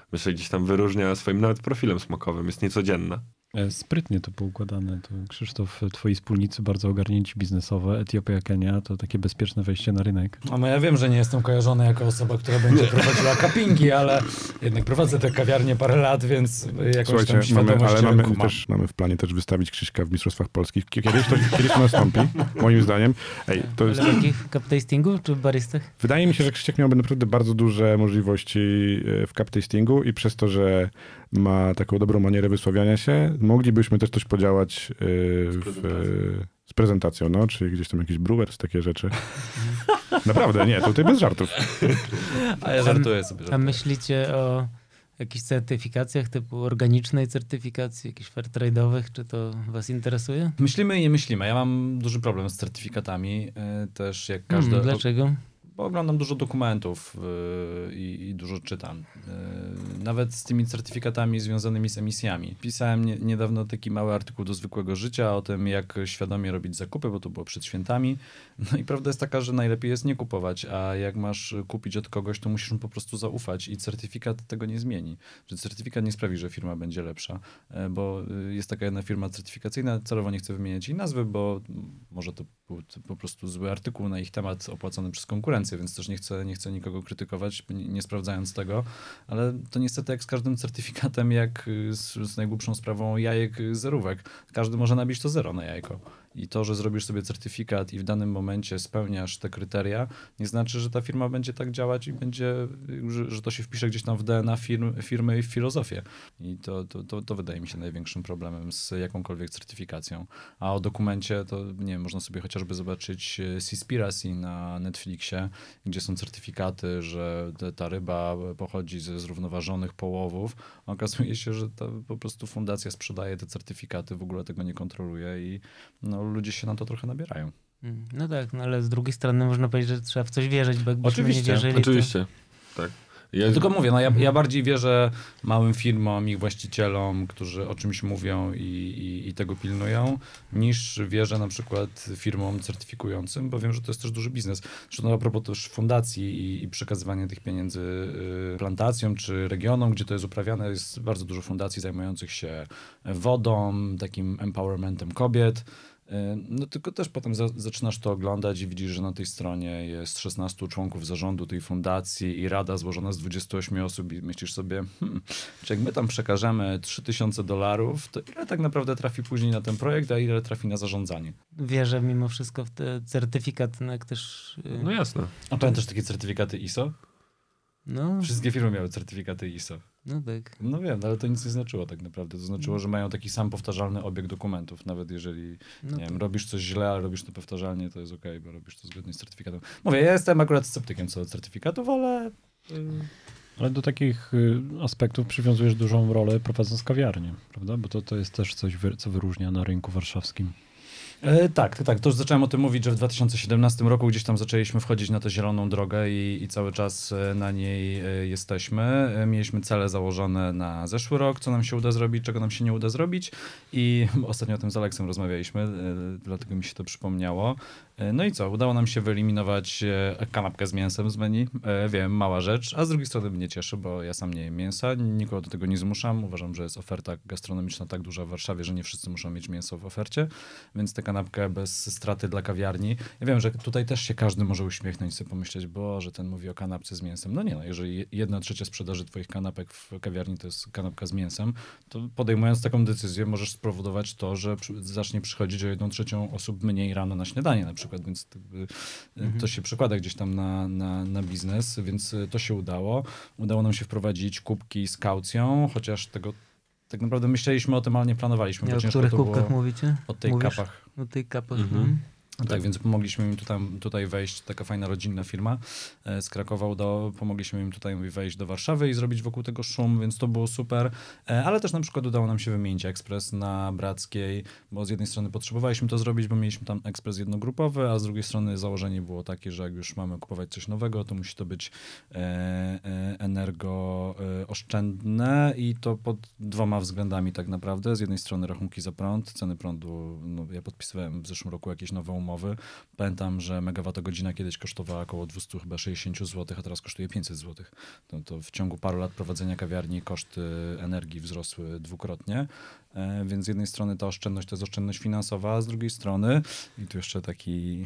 myślę, gdzieś tam wyróżnia swoim nawet profilem smokowym, jest niecodzienna. Sprytnie to poukładane. To Krzysztof, twoi wspólnicy bardzo ogarnięci biznesowe, Etiopia, Kenia, to takie bezpieczne wejście na rynek. No ja wiem, że nie jestem kojarzony jako osoba, która będzie prowadziła cuppingi, ale jednak prowadzę tę kawiarnię parę lat, więc jakąś Słuchajcie, tam świadomość mamy, ale mamy rynku mam. też mamy w planie też wystawić Krzyśka w Mistrzostwach Polskich. Kiedyś to, kiedyś to nastąpi, moim zdaniem. Ej, to jest... Ale w jakich cup tastingu czy w baristach? Wydaje mi się, że Krzysiek miałby naprawdę bardzo duże możliwości w cup tastingu i przez to, że ma taką dobrą manierę wysławiania się, moglibyśmy też coś podziałać yy, w, yy, z prezentacją, no, czy gdzieś tam jakiś brewers, takie rzeczy. Naprawdę, nie, tutaj bez żartów. A ja żartuję sobie. A Żartuję. myślicie o jakichś certyfikacjach typu organicznej certyfikacji, jakichś fair trade'owych, czy to was interesuje? Myślimy i nie myślimy. Ja mam duży problem z certyfikatami. Yy, też jak każdy... Hmm, dlaczego? Bo oglądam dużo dokumentów yy, i, i dużo czytam. Yy, nawet z tymi certyfikatami związanymi z emisjami. Pisałem nie, niedawno taki mały artykuł do Zwykłego Życia o tym, jak świadomie robić zakupy, bo to było przed świętami. No i prawda jest taka, że najlepiej jest nie kupować, a jak masz kupić od kogoś, to musisz mu po prostu zaufać i certyfikat tego nie zmieni. Że certyfikat nie sprawi, że firma będzie lepsza, yy, bo jest taka jedna firma certyfikacyjna, celowo nie chcę wymieniać jej nazwy, bo może to był po prostu zły artykuł na ich temat opłacony przez konkurencję, więc też nie chcę, nie chcę nikogo krytykować, nie, nie sprawdzając tego, ale to niestety jak z każdym certyfikatem, jak z, z najgłupszą sprawą jajek zerówek. Każdy może nabić to zero na jajko. I to, że zrobisz sobie certyfikat i w danym momencie spełniasz te kryteria, nie znaczy, że ta firma będzie tak działać i będzie, że, że to się wpisze gdzieś tam w D N A firm, firmy i w filozofię. I to, to, to, to wydaje mi się największym problemem z jakąkolwiek certyfikacją. A o dokumencie to, nie wiem, można sobie chociażby zobaczyć Seaspiracy na Netflixie, gdzie są certyfikaty, że te, ta ryba pochodzi ze zrównoważonych połowów. A okazuje się, że ta po prostu fundacja sprzedaje te certyfikaty, w ogóle tego nie kontroluje i no, ludzie się na to trochę nabierają. No tak, no ale z drugiej strony można powiedzieć, że trzeba w coś wierzyć, bo jakbyśmy Oczywiście, nie wierzyli, Oczywiście, tak. Ja... Tylko mówię, no ja, ja bardziej wierzę małym firmom, ich właścicielom, którzy o czymś mówią i, i, i tego pilnują, niż wierzę na przykład firmom certyfikującym, bo wiem, że to jest też duży biznes. Zresztą no, a propos też fundacji i, i przekazywania tych pieniędzy y, plantacjom czy regionom, gdzie to jest uprawiane, jest bardzo dużo fundacji zajmujących się wodą, takim empowermentem kobiet. No tylko też potem za, zaczynasz to oglądać i widzisz, że na tej stronie jest szesnastu członków zarządu tej fundacji i rada złożona z dwudziestu ośmiu osób i myślisz sobie, hmm, czy jak my tam przekażemy trzy tysiące dolarów, to ile tak naprawdę trafi później na ten projekt, a ile trafi na zarządzanie? Wierzę mimo wszystko w ten certyfikat, no jak też... No jasne. A pamiętasz takie certyfikaty I S O? No, Wszystkie firmy miały certyfikaty I S O. no tak. No wiem, ale to nic nie znaczyło tak naprawdę. To znaczyło, że mają taki sam powtarzalny obieg dokumentów. Nawet jeżeli No nie wiem, tak. robisz coś źle, ale robisz to powtarzalnie, to jest okej, okay, bo robisz to zgodnie z certyfikatem. Mówię, ja jestem akurat sceptykiem co do certyfikatów, ale... Ale do takich y, aspektów przywiązujesz dużą rolę prowadząc kawiarnię, prawda? Bo to, to jest też coś, wy, co wyróżnia na rynku warszawskim. E, tak, tak. To już zacząłem o tym mówić, że w dwa tysiące siedemnastym roku gdzieś tam zaczęliśmy wchodzić na tę zieloną drogę i, i cały czas na niej jesteśmy. Mieliśmy cele założone na zeszły rok, co nam się uda zrobić, czego nam się nie uda zrobić i ostatnio o tym z Aleksem rozmawialiśmy, dlatego mi się to przypomniało. No i co? Udało nam się wyeliminować kanapkę z mięsem z menu. Wiem, mała rzecz, a z drugiej strony mnie cieszy, bo ja sam nie jem mięsa, nikogo do tego nie zmuszam. Uważam, że jest oferta gastronomiczna tak duża w Warszawie, że nie wszyscy muszą mieć mięso w ofercie, więc tę kanapkę bez straty dla kawiarni. Ja wiem, że tutaj też się każdy może uśmiechnąć i sobie pomyśleć, bo że ten mówi o kanapce z mięsem. No nie, no jeżeli jedna trzecia sprzedaży twoich kanapek w kawiarni to jest kanapka z mięsem, to podejmując taką decyzję możesz spowodować to, że zacznie przychodzić o jedną trzecią osób mniej rano na śniadanie na przykład, więc to, mhm. to się przekłada gdzieś tam na, na, na biznes, więc to się udało. Udało nam się wprowadzić kubki z kaucją, chociaż tego tak naprawdę myśleliśmy o tym, ale nie planowaliśmy. Nie, bo o których to kubkach było mówicie? o tej Mówisz? kapach. O tej kapach, Mhm. no. Tak, tak, więc pomogliśmy im tutaj, tutaj wejść, taka fajna rodzinna firma z Krakowa, udało, pomogliśmy im tutaj wejść do Warszawy i zrobić wokół tego szum, więc to było super, ale też na przykład udało nam się wymienić ekspres na Brackiej, bo z jednej strony potrzebowaliśmy to zrobić, bo mieliśmy tam ekspres jednogrupowy, a z drugiej strony założenie było takie, że jak już mamy kupować coś nowego, to musi to być energooszczędne i to pod dwoma względami tak naprawdę. Z jednej strony rachunki za prąd, ceny prądu, no ja podpisywałem w zeszłym roku jakieś nowe umowy. Pamiętam, że megawattogodzina kiedyś kosztowała około dwieście sześćdziesiąt złotych, a teraz kosztuje pięćset złotych. To, to w ciągu paru lat prowadzenia kawiarni koszty energii wzrosły dwukrotnie. Więc z jednej strony ta oszczędność to jest oszczędność finansowa, a z drugiej strony, i tu jeszcze taki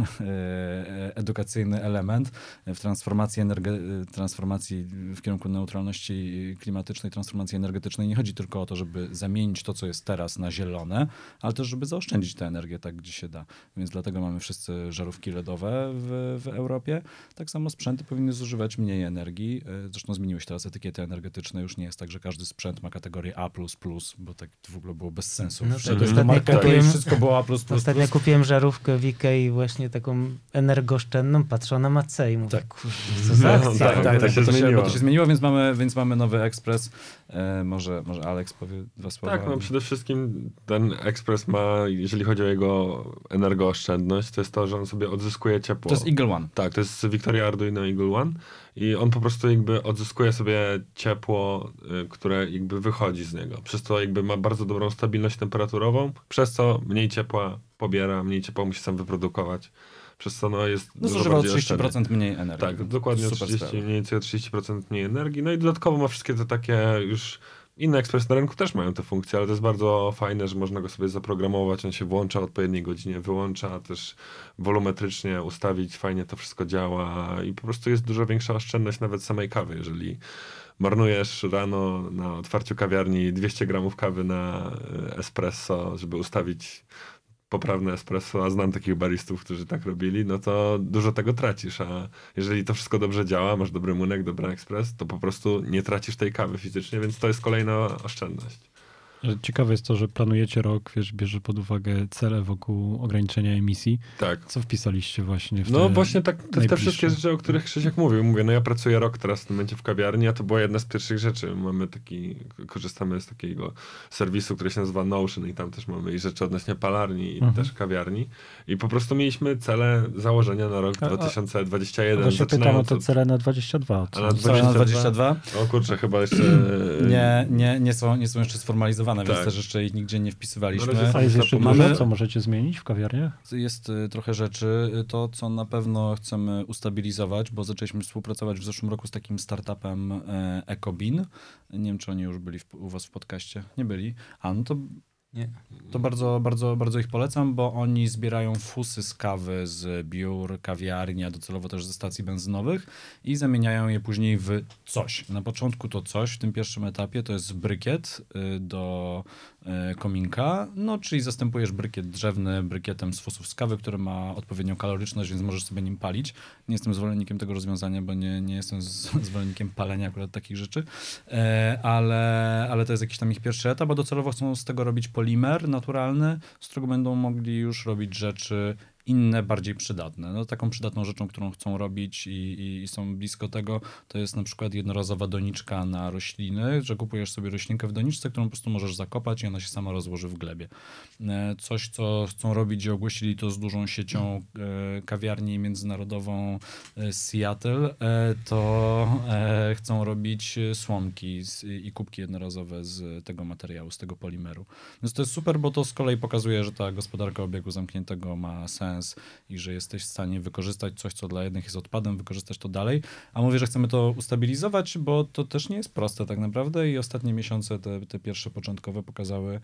edukacyjny element, w transformacji, energe- transformacji w kierunku neutralności klimatycznej, transformacji energetycznej nie chodzi tylko o to, żeby zamienić to, co jest teraz na zielone, ale też, żeby zaoszczędzić tę energię tak, gdzie się da. Więc dlatego mamy wszyscy żarówki L E D owe w, w Europie. Tak samo sprzęty powinny zużywać mniej energii. Zresztą zmieniły się teraz etykiety energetyczne. Już nie jest tak, że każdy sprzęt ma kategorię A plus plus, bo tak w ogóle było bez sensu. No Wszedłeś tak, do ostatnio marketu kupiłem- i wszystko było A plus plus. Ostatnio kupiłem żarówkę w Ikei właśnie taką energooszczędną, patrzę, ona ma C i mówię, Tak. kurde, co za No, akcja. tak, Tak, tak, to tak, się bo to, się, bo zmieniło. to się zmieniło, więc mamy, więc mamy nowy ekspres. E, może, może Alex powie dwa słowa. Tak, no przede wszystkim ten ekspres ma, jeżeli chodzi o jego energooszczędność, to jest to, że on sobie odzyskuje ciepło. To jest Eagle One. Tak, to jest Victoria Arduino Eagle One i on po prostu jakby odzyskuje sobie ciepło, y, które jakby wychodzi z niego. Przez to jakby ma bardzo dobrą stabilność temperaturową, przez co mniej ciepła pobiera, mniej ciepła musi sam wyprodukować. Przez co no jest No dużo zużywa o bardziej trzydzieści oszczędny. procent mniej energii. Tak, dokładnie o Super trzydzieści, sprawa. mniej więcej o trzydzieści procent mniej energii. No i dodatkowo ma wszystkie te takie już inne ekspresy na rynku też mają te funkcje, ale to jest bardzo fajne, że można go sobie zaprogramować, on się włącza o odpowiedniej godzinie, wyłącza, też wolumetrycznie ustawić, fajnie to wszystko działa i po prostu jest dużo większa oszczędność nawet samej kawy, jeżeli marnujesz rano na otwarciu kawiarni dwieście gramów kawy na e, espresso, żeby ustawić poprawne espresso, a znam takich baristów, którzy tak robili, no to dużo tego tracisz, a jeżeli to wszystko dobrze działa, masz dobry młynek, dobry ekspres, to po prostu nie tracisz tej kawy fizycznie, więc to jest kolejna oszczędność. Ciekawe jest to, że planujecie rok, wiesz, bierze pod uwagę cele wokół ograniczenia emisji. Tak. Co wpisaliście właśnie w te No właśnie tak, te, te najbliższe? wszystkie rzeczy, o których Krzysiek mówił. Mówię, no ja pracuję rok teraz w tym momencie w kawiarni, a to była jedna z pierwszych rzeczy. Mamy taki, korzystamy z takiego serwisu, który się nazywa Notion i tam też mamy i rzeczy odnośnie palarni i Mhm. też kawiarni. I po prostu mieliśmy cele, założenia na rok A- a- dwa tysiące dwudziesty pierwszy. Właśnie pytam o zaczynając te od- cele na dwadzieścia dwa. A na Całe na dwadzieścia dwa? O kurczę, chyba jeszcze... Nie, nie, nie, są, nie są jeszcze sformalizowane, więc Tak. też jeszcze ich nigdzie nie Na wpisywaliśmy. razie A jest jeszcze Mamy- dużo, co możecie zmienić w kawiarniach? Jest y, trochę rzeczy. Y, To, co na pewno chcemy ustabilizować, bo zaczęliśmy współpracować w zeszłym roku z takim startupem e, Ecobin. Nie wiem, czy oni już byli w, u was w podcaście. Nie byli. A no to Nie. To bardzo, bardzo, bardzo ich polecam, bo oni zbierają fusy z kawy z biur, kawiarni, a docelowo też ze stacji benzynowych i zamieniają je później w coś. Na początku to coś, w tym pierwszym etapie to jest brykiet y, do y, kominka, no czyli zastępujesz brykiet drzewny brykietem z fusów z kawy, który ma odpowiednią kaloryczność, więc możesz sobie nim palić. Nie jestem zwolennikiem tego rozwiązania, bo nie, nie jestem z, zwolennikiem palenia akurat takich rzeczy, e, ale, ale to jest jakiś tam ich pierwszy etap, a docelowo chcą z tego robić polimer naturalny, z którego będą mogli już robić rzeczy inne, bardziej przydatne. No, taką przydatną rzeczą, którą chcą robić i, i, i są blisko tego, to jest na przykład jednorazowa doniczka na rośliny, że kupujesz sobie roślinkę w doniczce, którą po prostu możesz zakopać i ona się sama rozłoży w glebie. E, Coś, co chcą robić i ogłosili to z dużą siecią e, kawiarni międzynarodową e, z Seattle, e, to e, chcą robić słomki z, i kubki jednorazowe z tego materiału, z tego polimeru. Więc to jest super, bo to z kolei pokazuje, że ta gospodarka obiegu zamkniętego ma sens i że jesteś w stanie wykorzystać coś, co dla jednych jest odpadem, wykorzystać to dalej. A mówię, że chcemy to ustabilizować, bo to też nie jest proste tak naprawdę i ostatnie miesiące, te, te pierwsze początkowe pokazały,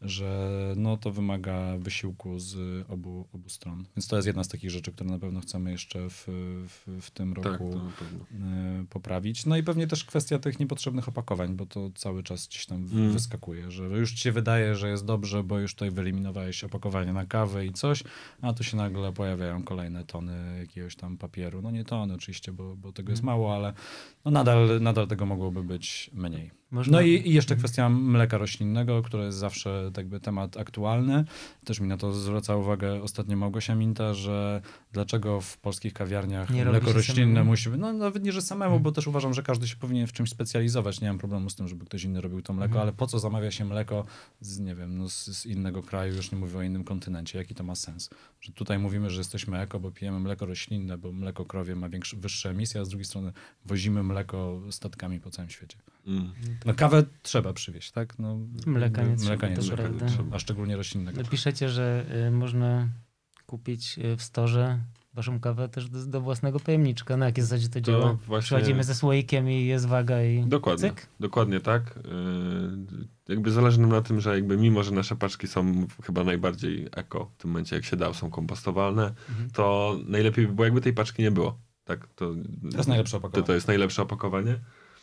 że no, to wymaga wysiłku z obu, obu stron. Więc to jest jedna z takich rzeczy, które na pewno chcemy jeszcze w, w, w tym Tak, roku to na pewno. y, poprawić. No i pewnie też kwestia tych niepotrzebnych opakowań, bo to cały czas gdzieś tam w- Mm. wyskakuje, że już ci się wydaje, że jest dobrze, bo już tutaj wyeliminowałeś opakowanie na kawę i coś, a tu się nagle pojawiają kolejne tony jakiegoś tam papieru. No nie tony oczywiście, bo, bo tego jest mało, ale no nadal, nadal tego mogłoby być mniej. Można... No i, i jeszcze kwestia mleka roślinnego, które jest zawsze jakby temat aktualny. Też mi na to zwraca uwagę ostatnio Małgosia Minta, że dlaczego w polskich kawiarniach Nie robi mleko się roślinne samemu? musi być, no nawet nie, że samemu, hmm. bo też uważam, że każdy się powinien w czymś specjalizować. Nie mam problemu z tym, żeby ktoś inny robił to mleko, hmm. ale po co zamawia się mleko z, nie wiem, no z, z innego kraju, już nie mówię o innym kontynencie, jaki to ma sens? Że tutaj mówimy, że jesteśmy eko, bo pijemy mleko roślinne, bo mleko krowie ma większe, wyższe emisje, a z drugiej strony wozimy mleko statkami po całym świecie. Mm. No kawę trzeba przywieźć, tak? No, mleka nie mleka trzeba, nie to trzeba, prawda. trzeba, a szczególnie roślinnego. Piszecie, że y, można kupić y, w storze waszą kawę też do, do własnego pojemniczka. Na jakiej zasadzie to działa? właśnie... Przychodzimy ze słoikiem i jest waga i Dokładnie, cyk? dokładnie tak. Yy, jakby zależy nam na tym, że jakby mimo, że nasze paczki są chyba najbardziej eko, w tym momencie jak się da, są kompostowalne, mhm. to najlepiej by było, jakby tej paczki nie było. Tak? To, to jest najlepsze opakowanie. To, to jest najlepsze opakowanie.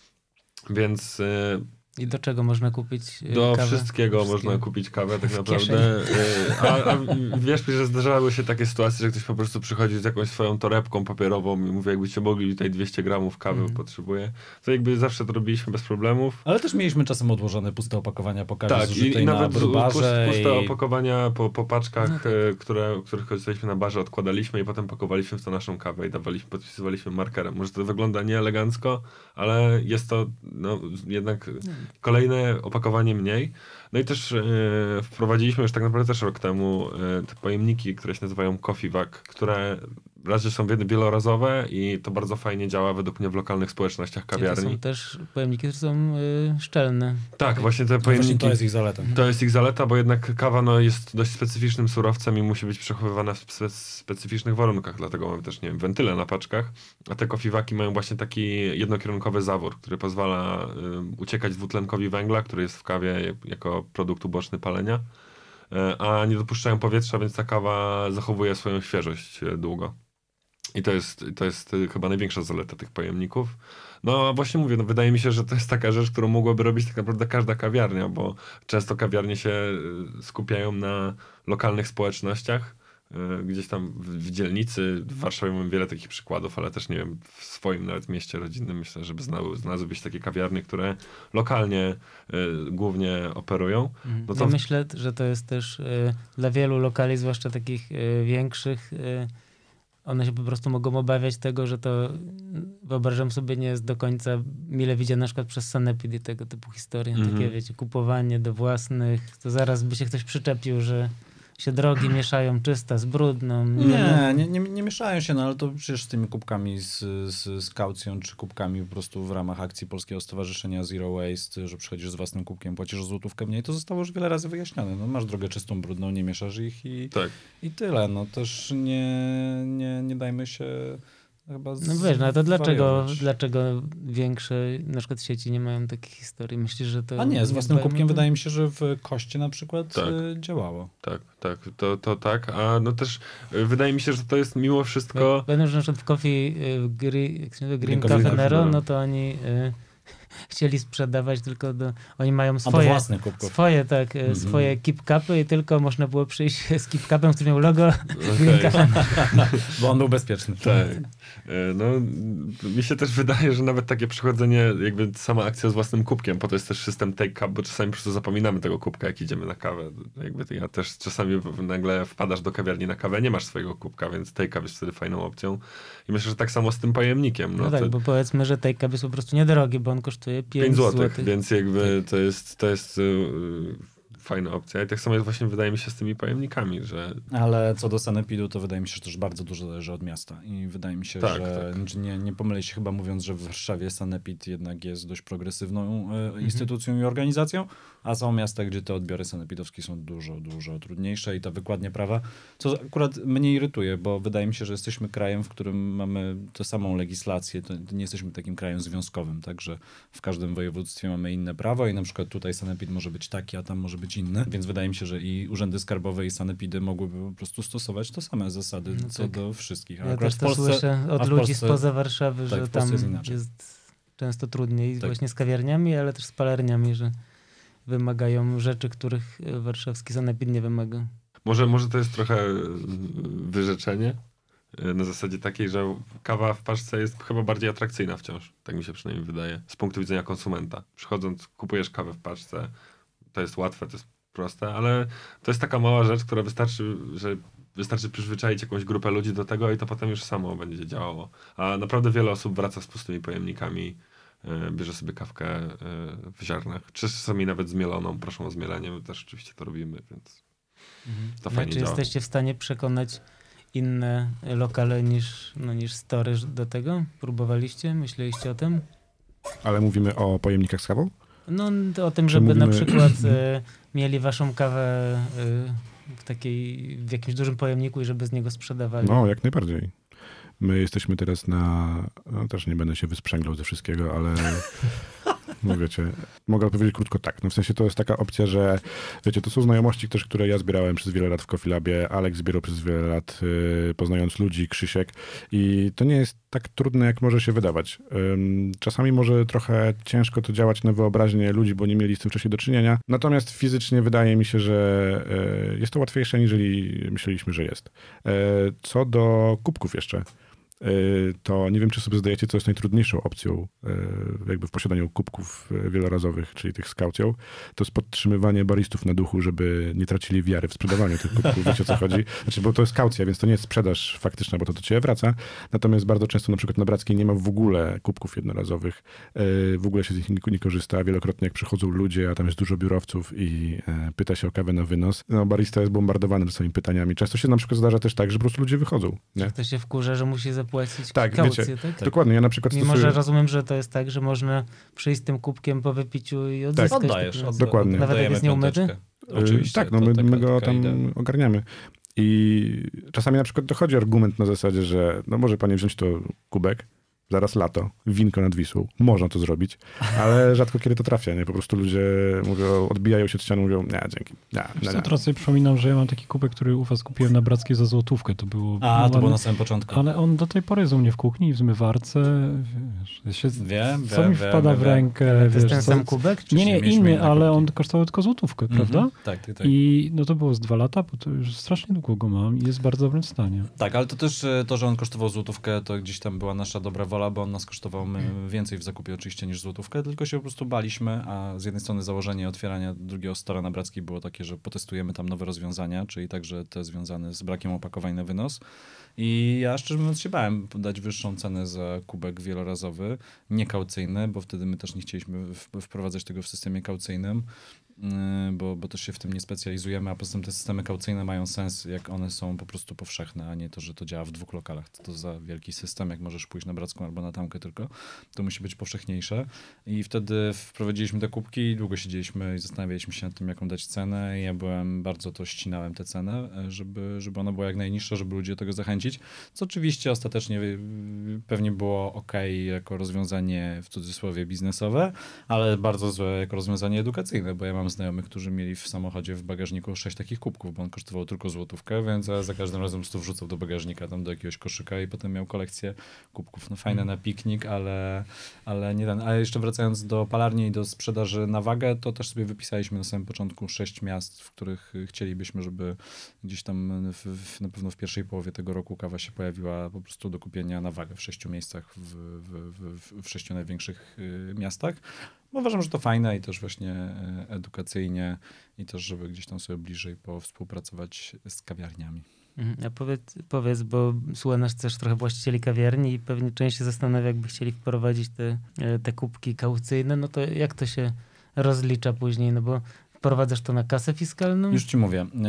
Więc... Yy, I do czego można kupić Do kawę? wszystkiego, wszystkiego można kupić kawę tak naprawdę. A, a wiesz mi, że zdarzały się takie sytuacje, że ktoś po prostu przychodzi z jakąś swoją torebką papierową i mówi, jakbyście mogli tutaj dwieście gramów kawy mm. potrzebuje. To jakby zawsze to robiliśmy bez problemów. Ale też mieliśmy czasem odłożone puste opakowania po kawie tak, zużytej i, na i nawet barze. puste I... opakowania po, po paczkach, no tak. które, których korzystaliśmy na barze, odkładaliśmy i potem pakowaliśmy w to naszą kawę i dawaliśmy, podpisywaliśmy markerem. Może to wygląda nieelegancko, ale jest to no, jednak kolejne opakowanie mniej. No i też e, wprowadziliśmy już tak naprawdę też rok temu e, te pojemniki, które się nazywają Coffee Vac, które raz, że są wielorazowe i to bardzo fajnie działa według mnie w lokalnych społecznościach kawiarni. To są też pojemniki, które są y, szczelne. Tak, właśnie te pojemniki. Właśnie to jest ich zaleta. To jest ich zaleta, bo jednak kawa no, jest dość specyficznym surowcem i musi być przechowywana w spe specyficznych warunkach, dlatego mamy też, nie wiem, wentyle na paczkach, a te Coffee Vaki mają właśnie taki jednokierunkowy zawór, który pozwala y, uciekać dwutlenkowi węgla, który jest w kawie jako produkt uboczny palenia, y, a nie dopuszczają powietrza, więc ta kawa zachowuje swoją świeżość y, długo. I to jest, to jest chyba największa zaleta tych pojemników. No właśnie mówię, no wydaje mi się, że to jest taka rzecz, którą mogłaby robić tak naprawdę każda kawiarnia, bo często kawiarnie się skupiają na lokalnych społecznościach. Gdzieś tam w dzielnicy, w Warszawie mamy wiele takich przykładów, ale też nie wiem, w swoim nawet mieście rodzinnym myślę, żeby znalazły się takie kawiarnie, które lokalnie y, głównie operują. No to... Ja myślę, że to jest też y, dla wielu lokali, zwłaszcza takich y, większych, y, one się po prostu mogą obawiać tego, że to, wyobrażam sobie, nie jest do końca mile widziane na przykład przez Sanepid i tego typu historie. Mm-hmm. Takie, wiecie, kupowanie do własnych, to zaraz by się ktoś przyczepił, że się drogi mieszają czysta z brudną. Nie, nie, nie, nie mieszają się, no ale to przecież z tymi kubkami z, z, z kaucją, czy kubkami po prostu w ramach akcji Polskiego Stowarzyszenia Zero Waste, że przychodzisz z własnym kubkiem, płacisz złotówkę mniej, to zostało już wiele razy wyjaśnione. No, masz drogę czystą, brudną, nie mieszasz ich i, tak. i tyle. No też nie, nie, nie dajmy się chyba No wiesz, no to dlaczego, dlaczego większe na przykład sieci nie mają takich historii? Myślisz, że to... A nie, z własnym kubkiem to... wydaje mi się, że w Koście na przykład tak. działało. Tak, tak, to, to tak, a no też wydaje mi się, że to jest mimo wszystko... Będę, że na przykład w Coffee Green, jak się nazywa, Green Coffee Cafe Nero, no to oni... Y chcieli sprzedawać tylko do... Oni mają swoje... własnych kubków. Swoje, tak, mm-hmm. swoje keep-cupy i tylko można było przyjść z keep-cupem, który miał logo okay. Green Cafe. Bo on był bezpieczny. Tak. No, mi się też wydaje, że nawet takie przychodzenie, jakby sama akcja z własnym kubkiem, po to jest też system take-up, bo czasami po prostu zapominamy tego kubka, jak idziemy na kawę. Jakby ja też czasami nagle wpadasz do kawiarni na kawę, nie masz swojego kubka, więc take-up jest wtedy fajną opcją. I myślę, że tak samo z tym pojemnikiem. No, no tak, to... bo powiedzmy, że take-up jest po prostu niedrogi, bo on kosztuje pięć złotych, więc jakby to jest, to jest yy, fajna opcja. I tak samo jest właśnie, wydaje mi się, z tymi pojemnikami, że... Ale co do Sanepidu, to wydaje mi się, że też bardzo dużo zależy od miasta. I wydaje mi się, tak, że tak. Nie, nie pomylę się chyba mówiąc, że w Warszawie Sanepid jednak jest dość progresywną e, instytucją mhm. i organizacją, a są miasta, gdzie te odbiory sanepidowskie są dużo, dużo trudniejsze i ta wykładnia prawa, co akurat mnie irytuje, bo wydaje mi się, że jesteśmy krajem, w którym mamy tę samą legislację, to nie jesteśmy takim krajem związkowym, tak, że w każdym województwie mamy inne prawo i na przykład tutaj Sanepid może być taki, a tam może być inny, więc wydaje mi się, że i urzędy skarbowe i sanepidy mogłyby po prostu stosować te same zasady no co tak. do wszystkich. A ja też to Polsce, słyszę od ludzi Polsce, spoza Warszawy, tak, że tam jest, jest często trudniej tak. właśnie z kawiarniami, ale też z palarniami, że wymagają rzeczy, których warszawski sanepid nie wymaga. Może, może to jest trochę wyrzeczenie, na zasadzie takiej, że kawa w paczce jest chyba bardziej atrakcyjna wciąż. Tak mi się przynajmniej wydaje. Z punktu widzenia konsumenta. Przychodząc, kupujesz kawę w paczce. To jest łatwe, to jest proste, ale to jest taka mała rzecz, która wystarczy, że wystarczy przyzwyczaić jakąś grupę ludzi do tego i to potem już samo będzie działało. A naprawdę wiele osób wraca z pustymi pojemnikami, yy, bierze sobie kawkę yy, w ziarnach. Czasami nawet zmieloną, proszą o zmielenie. My też oczywiście to robimy, więc Mhm. to fajnie Czy działa. jesteście w stanie przekonać inne lokale niż, no, niż Story do tego? Próbowaliście? Myśleliście o tym? Ale mówimy o pojemnikach z kawą? No o tym, Czy żeby mówimy- na przykład e, mieli waszą kawę e, w takiej, w jakimś dużym pojemniku i żeby z niego sprzedawali. No, jak najbardziej. My jesteśmy teraz na... No, też nie będę się wysprzęglał ze wszystkiego, ale... No wiecie, mogę powiedzieć krótko tak. No w sensie to jest taka opcja, że wiecie, to są znajomości też, które ja zbierałem przez wiele lat w Coffee Labie, Aleks zbierał przez wiele lat, yy, poznając ludzi, Krzysiek i to nie jest tak trudne, jak może się wydawać. Ym, czasami może trochę ciężko to działać na wyobraźnię ludzi, bo nie mieli z tym wcześniej do czynienia, natomiast fizycznie wydaje mi się, że yy, jest to łatwiejsze, niżeli myśleliśmy, że jest. Yy, co do kubków jeszcze, to nie wiem, czy sobie zdajecie, co jest najtrudniejszą opcją jakby w posiadaniu kubków wielorazowych, czyli tych z kaucją. To jest podtrzymywanie baristów na duchu, żeby nie tracili wiary w sprzedawaniu tych kubków. Wiecie, o co chodzi? Znaczy, bo to jest kaucja, więc to nie jest sprzedaż faktyczna, bo to do ciebie wraca. Natomiast bardzo często na przykład na Brackiej nie ma w ogóle kubków jednorazowych. W ogóle się z nich nie, nie korzysta. Wielokrotnie jak przychodzą ludzie, a tam jest dużo biurowców i pyta się o kawę na wynos, no barista jest bombardowany swoimi pytaniami. Często się na przykład zdarza też tak, że po prostu ludzie wychodzą. Nie? To się wkurza, że musi zapłacić Tak, kaucję, wiecie, tak? Dokładnie, ja na przykład Mimo, stosuję... że rozumiem, że to jest tak, że można przyjść z tym kubkiem po wypiciu i odzyskać. Oddajesz. tak, Od, Dokładnie. Nawet jak oddajemy jest nieumyty? piąteczkę. Oczywiście. Tak, no to my, taka- my go taka tam idea. ogarniamy. I czasami na przykład dochodzi argument na zasadzie, że no może pani wziąć to kubek, zaraz lato, winko nad Wisłą, można to zrobić, ale rzadko kiedy to trafia, nie? Po prostu ludzie mówią, odbijają się od ściany, mówią, nie, dzięki. Nie, nie, Co, nie. teraz sobie przypominam, że ja mam taki kubek, który u was kupiłem na Brackiej za złotówkę. To było... A, to było ładne, na samym początku. Ale on do tej pory jest u mnie w kuchni, w zmywarce. Wiesz, się, Wiem, co wiem, mi wiem, wpada wiem, w wiem. rękę. To jest wiesz, ten co- sam kubek? Czy Nie, nie, mieliśmy inny, inne ale kubki. on kosztował tylko złotówkę, Mhm. prawda? Tak, tak, tak. I no to było z dwa lata, bo to już strasznie długo go mam i jest w bardzo dobrym stanie. Tak, ale to też e, to, że on kosztował złotówkę, to gdzieś tam była nasza dobra wola, bo on nas kosztował my, więcej w zakupie oczywiście niż złotówkę, tylko się po prostu baliśmy, a z jednej strony założenie otwierania drugiego stora na Brackiej było takie, że potestujemy tam nowe rozwiązania, czyli także te związane z brakiem opakowań na wynos. I ja szczerze mówiąc się bałem dać wyższą cenę za kubek wielorazowy, niekaucyjny, bo wtedy my też nie chcieliśmy w- wprowadzać tego w systemie kaucyjnym. Yy, Bo, bo też się w tym nie specjalizujemy, a poza tym te systemy kaucyjne mają sens, jak one są po prostu powszechne, a nie to, że to działa w dwóch lokalach. To, to za wielki system, jak możesz pójść na Bracką albo na Tamkę tylko, to musi być powszechniejsze. I wtedy wprowadziliśmy te kubki i długo siedzieliśmy i zastanawialiśmy się nad tym, jaką dać cenę. I ja byłem, bardzo to ścinałem tę cenę, żeby, żeby ona była jak najniższa, żeby ludzi do tego zachęcić. Co oczywiście ostatecznie yy, pewnie było ok jako rozwiązanie w cudzysłowie biznesowe, ale bardzo złe jako rozwiązanie edukacyjne, bo ja mam znajomych, którzy mieli w samochodzie w bagażniku sześć takich kubków, bo on kosztował tylko złotówkę, więc ja za każdym razem po prostu wrzucał do bagażnika, tam do jakiegoś koszyka i potem miał kolekcję kubków. No fajne na piknik, ale, ale nie ten. A jeszcze wracając do palarni i do sprzedaży na wagę, to też sobie wypisaliśmy na samym początku sześć miast, w których chcielibyśmy, żeby gdzieś tam w, w, na pewno w pierwszej połowie tego roku kawa się pojawiła po prostu do kupienia na wagę w sześciu miejscach w, w, w, w sześciu największych y, miastach. Bo uważam, że to fajne i też właśnie e, edukacyjnie i też, żeby gdzieś tam sobie bliżej powspółpracować z kawiarniami. Mhm. A powiedz, powiedz, bo słucha nas też trochę właścicieli kawiarni i pewnie część się zastanawia, jakby chcieli wprowadzić te, e, te kubki kaucyjne, no to jak to się rozlicza później, no bo wprowadzasz to na kasę fiskalną? Już ci mówię. E,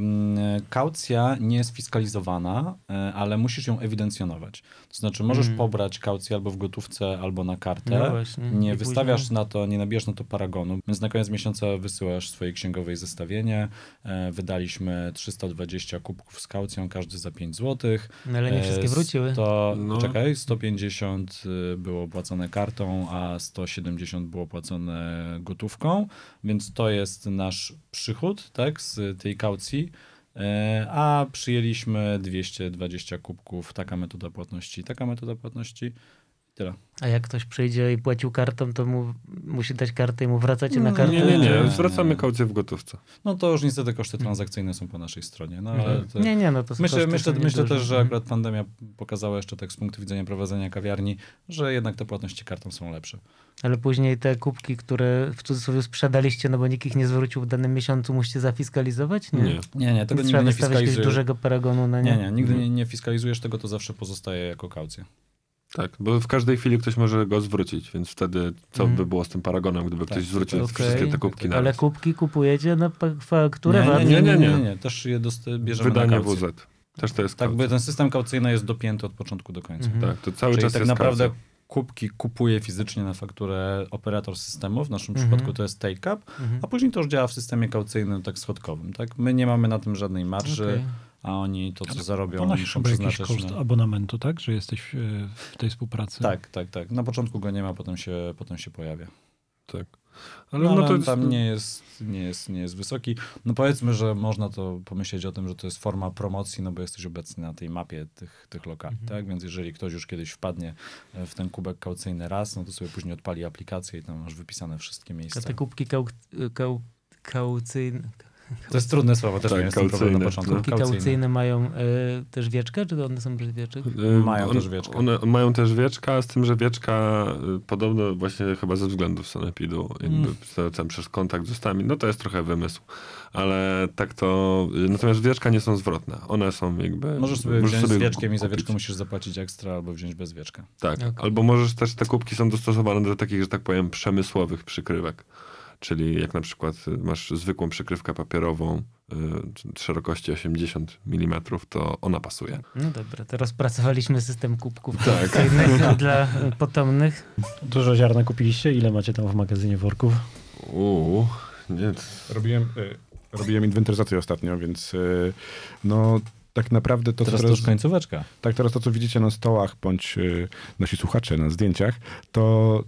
e, kaucja nie jest fiskalizowana, e, ale musisz ją ewidencjonować. To znaczy możesz Mm. pobrać kaucję albo w gotówce, albo na kartę. No właśnie. Nie I wystawiasz później- na to, nie nabijasz na to paragonu, więc na koniec miesiąca wysyłasz swojej księgowej zestawienie. E, wydaliśmy trzysta dwadzieścia kubków z kaucją, każdy za pięć złotych. No ale nie wszystkie E, wróciły. To, No. Czekaj, sto pięćdziesiąt y, było płacone kartą, a sto siedemdziesiąt było płacone gotówką, więc to jest nasz przychód, tak, z tej kaucji, e, a przyjęliśmy dwieście dwadzieścia kubków, taka metoda płatności, taka metoda płatności, tyle. A jak ktoś przyjdzie i płacił kartą, to mu musi dać kartę i mu wracacie na No, kartę? Nie, nie, nie. Nie, Zwracamy nie. kaucję w gotówce. No to już niestety koszty transakcyjne są po naszej stronie. No, ale to... Nie, nie, no to są Myślę, koszty myślę, są myślę nieduże. też, że akurat pandemia pokazała jeszcze tak z punktu widzenia prowadzenia kawiarni, że jednak te płatności kartą są lepsze. Ale później te kubki, które w cudzysłowie sprzedaliście, no bo nikt ich nie zwrócił w danym miesiącu, musicie zafiskalizować? Nie. Nie. Nie, nie, tego Nie nigdy trzeba nie wystawiać jakiegoś fiskalizujesz. dużego paragonu na nie? Nie, nie, nigdy nie, nie fiskalizujesz tego, to zawsze pozostaje jako kaucja. Tak, bo w każdej chwili ktoś może go zwrócić, więc wtedy co Mhm. by było z tym paragonem, gdyby Tak, ktoś zwrócił okej. wszystkie te kubki na Ale raz. kubki kupujecie na pa- fakturę nie, V A T? nie, nie, nie, nie, nie, nie, też je dost- bierzemy Wydanie na W kaucję. Z. Też to jest Tak, kaucja. bo ten system kaucyjny jest dopięty od początku do końca. Mhm. Tak, to cały Czyli czas tak jest naprawdę kaucja. kubki kupuje fizycznie na fakturę operator systemu, w naszym Mhm. przypadku to jest Take Up, Mhm. a później to już działa w systemie kaucyjnym, tak schodkowym. Tak? My nie mamy na tym żadnej marży, Okej. a oni to, co zarobią, Ponosisz muszą chyba jakiś przeznaczać koszt na... abonamentu, tak? Że jesteś e, w tej współpracy. Tak, tak, tak. Na początku go nie ma, potem się, potem się pojawia. Tak. Ale No, no ale to on jest... tam nie jest, nie, jest, nie jest wysoki. No powiedzmy, że można to pomyśleć o tym, że to jest forma promocji, no bo jesteś obecny na tej mapie tych, tych lokali, Mhm. tak? Więc jeżeli ktoś już kiedyś wpadnie w ten kubek kaucyjny raz, no to sobie później odpali aplikację i tam masz wypisane wszystkie A miejsca. te kubki kau, kau, kaucyjne, To jest trudne słowo, też Tak, nie jestem problem na kaucyjne, początku. no. kubki kaucyjne mają y, też wieczkę, czy one są bez wieczek? Y, Mają też wieczkę. One mają też wieczka, z tym, że wieczka y, podobno właśnie chyba ze względów sanepidu, jakby Mm. mm. ten przez kontakt z ustami, no to jest trochę wymysł. Ale tak to... y, Natomiast wieczka nie są zwrotne. One są jakby... Możesz sobie wziąć z wieczkiem i za kupić. wieczkę musisz zapłacić ekstra albo wziąć bez wieczka. Tak, Okej. albo możesz też, te kubki są dostosowane do takich, że tak powiem, przemysłowych przykrywek. Czyli jak na przykład y, masz zwykłą przykrywkę papierową y, szerokości osiemdziesiąt milimetrów, to ona pasuje. No dobra, to rozpracowaliśmy system kubków Tak. kaucyjnych dla y, potomnych. Dużo ziarna kupiliście? Ile macie tam w magazynie worków? Uuu, nie... Robiłem, y, robiłem inwentaryzację ostatnio, więc y, no tak naprawdę to, co Teraz to teraz, już końcóweczka. tak teraz to, co widzicie na stołach, bądź y, nasi słuchacze na zdjęciach, to,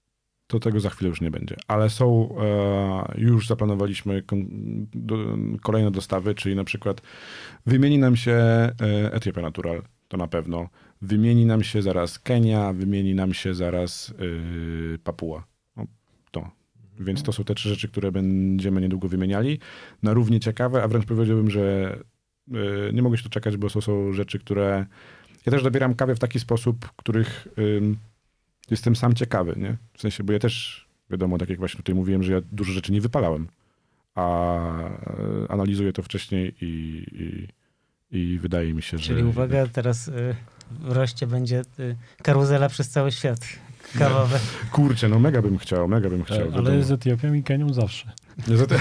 to tego za chwilę już nie będzie. Ale są, e, już zaplanowaliśmy kon, do, kolejne dostawy, czyli na przykład wymieni nam się e, Etiopia Natural, to na pewno. Wymieni nam się zaraz Kenia, wymieni nam się zaraz y, Papua. No, to. Więc to są te trzy rzeczy, które będziemy niedługo wymieniali. Na równie ciekawe, a wręcz powiedziałbym, że y, nie mogę się doczekać, bo to są rzeczy, które... Ja też dobieram kawę w taki sposób, których ym, jestem sam ciekawy, nie? W sensie, bo ja też, wiadomo, tak jak właśnie tutaj mówiłem, że ja dużo rzeczy nie wypalałem, a y, analizuję to wcześniej i, i, i wydaje mi się, że... Czyli uwaga, teraz y, w roście będzie y, karuzela przez cały świat kawowe. Kurczę, no mega bym chciał, mega bym chciał. Ale wiadomo. z Etiopią i Kenią zawsze. Nie za te...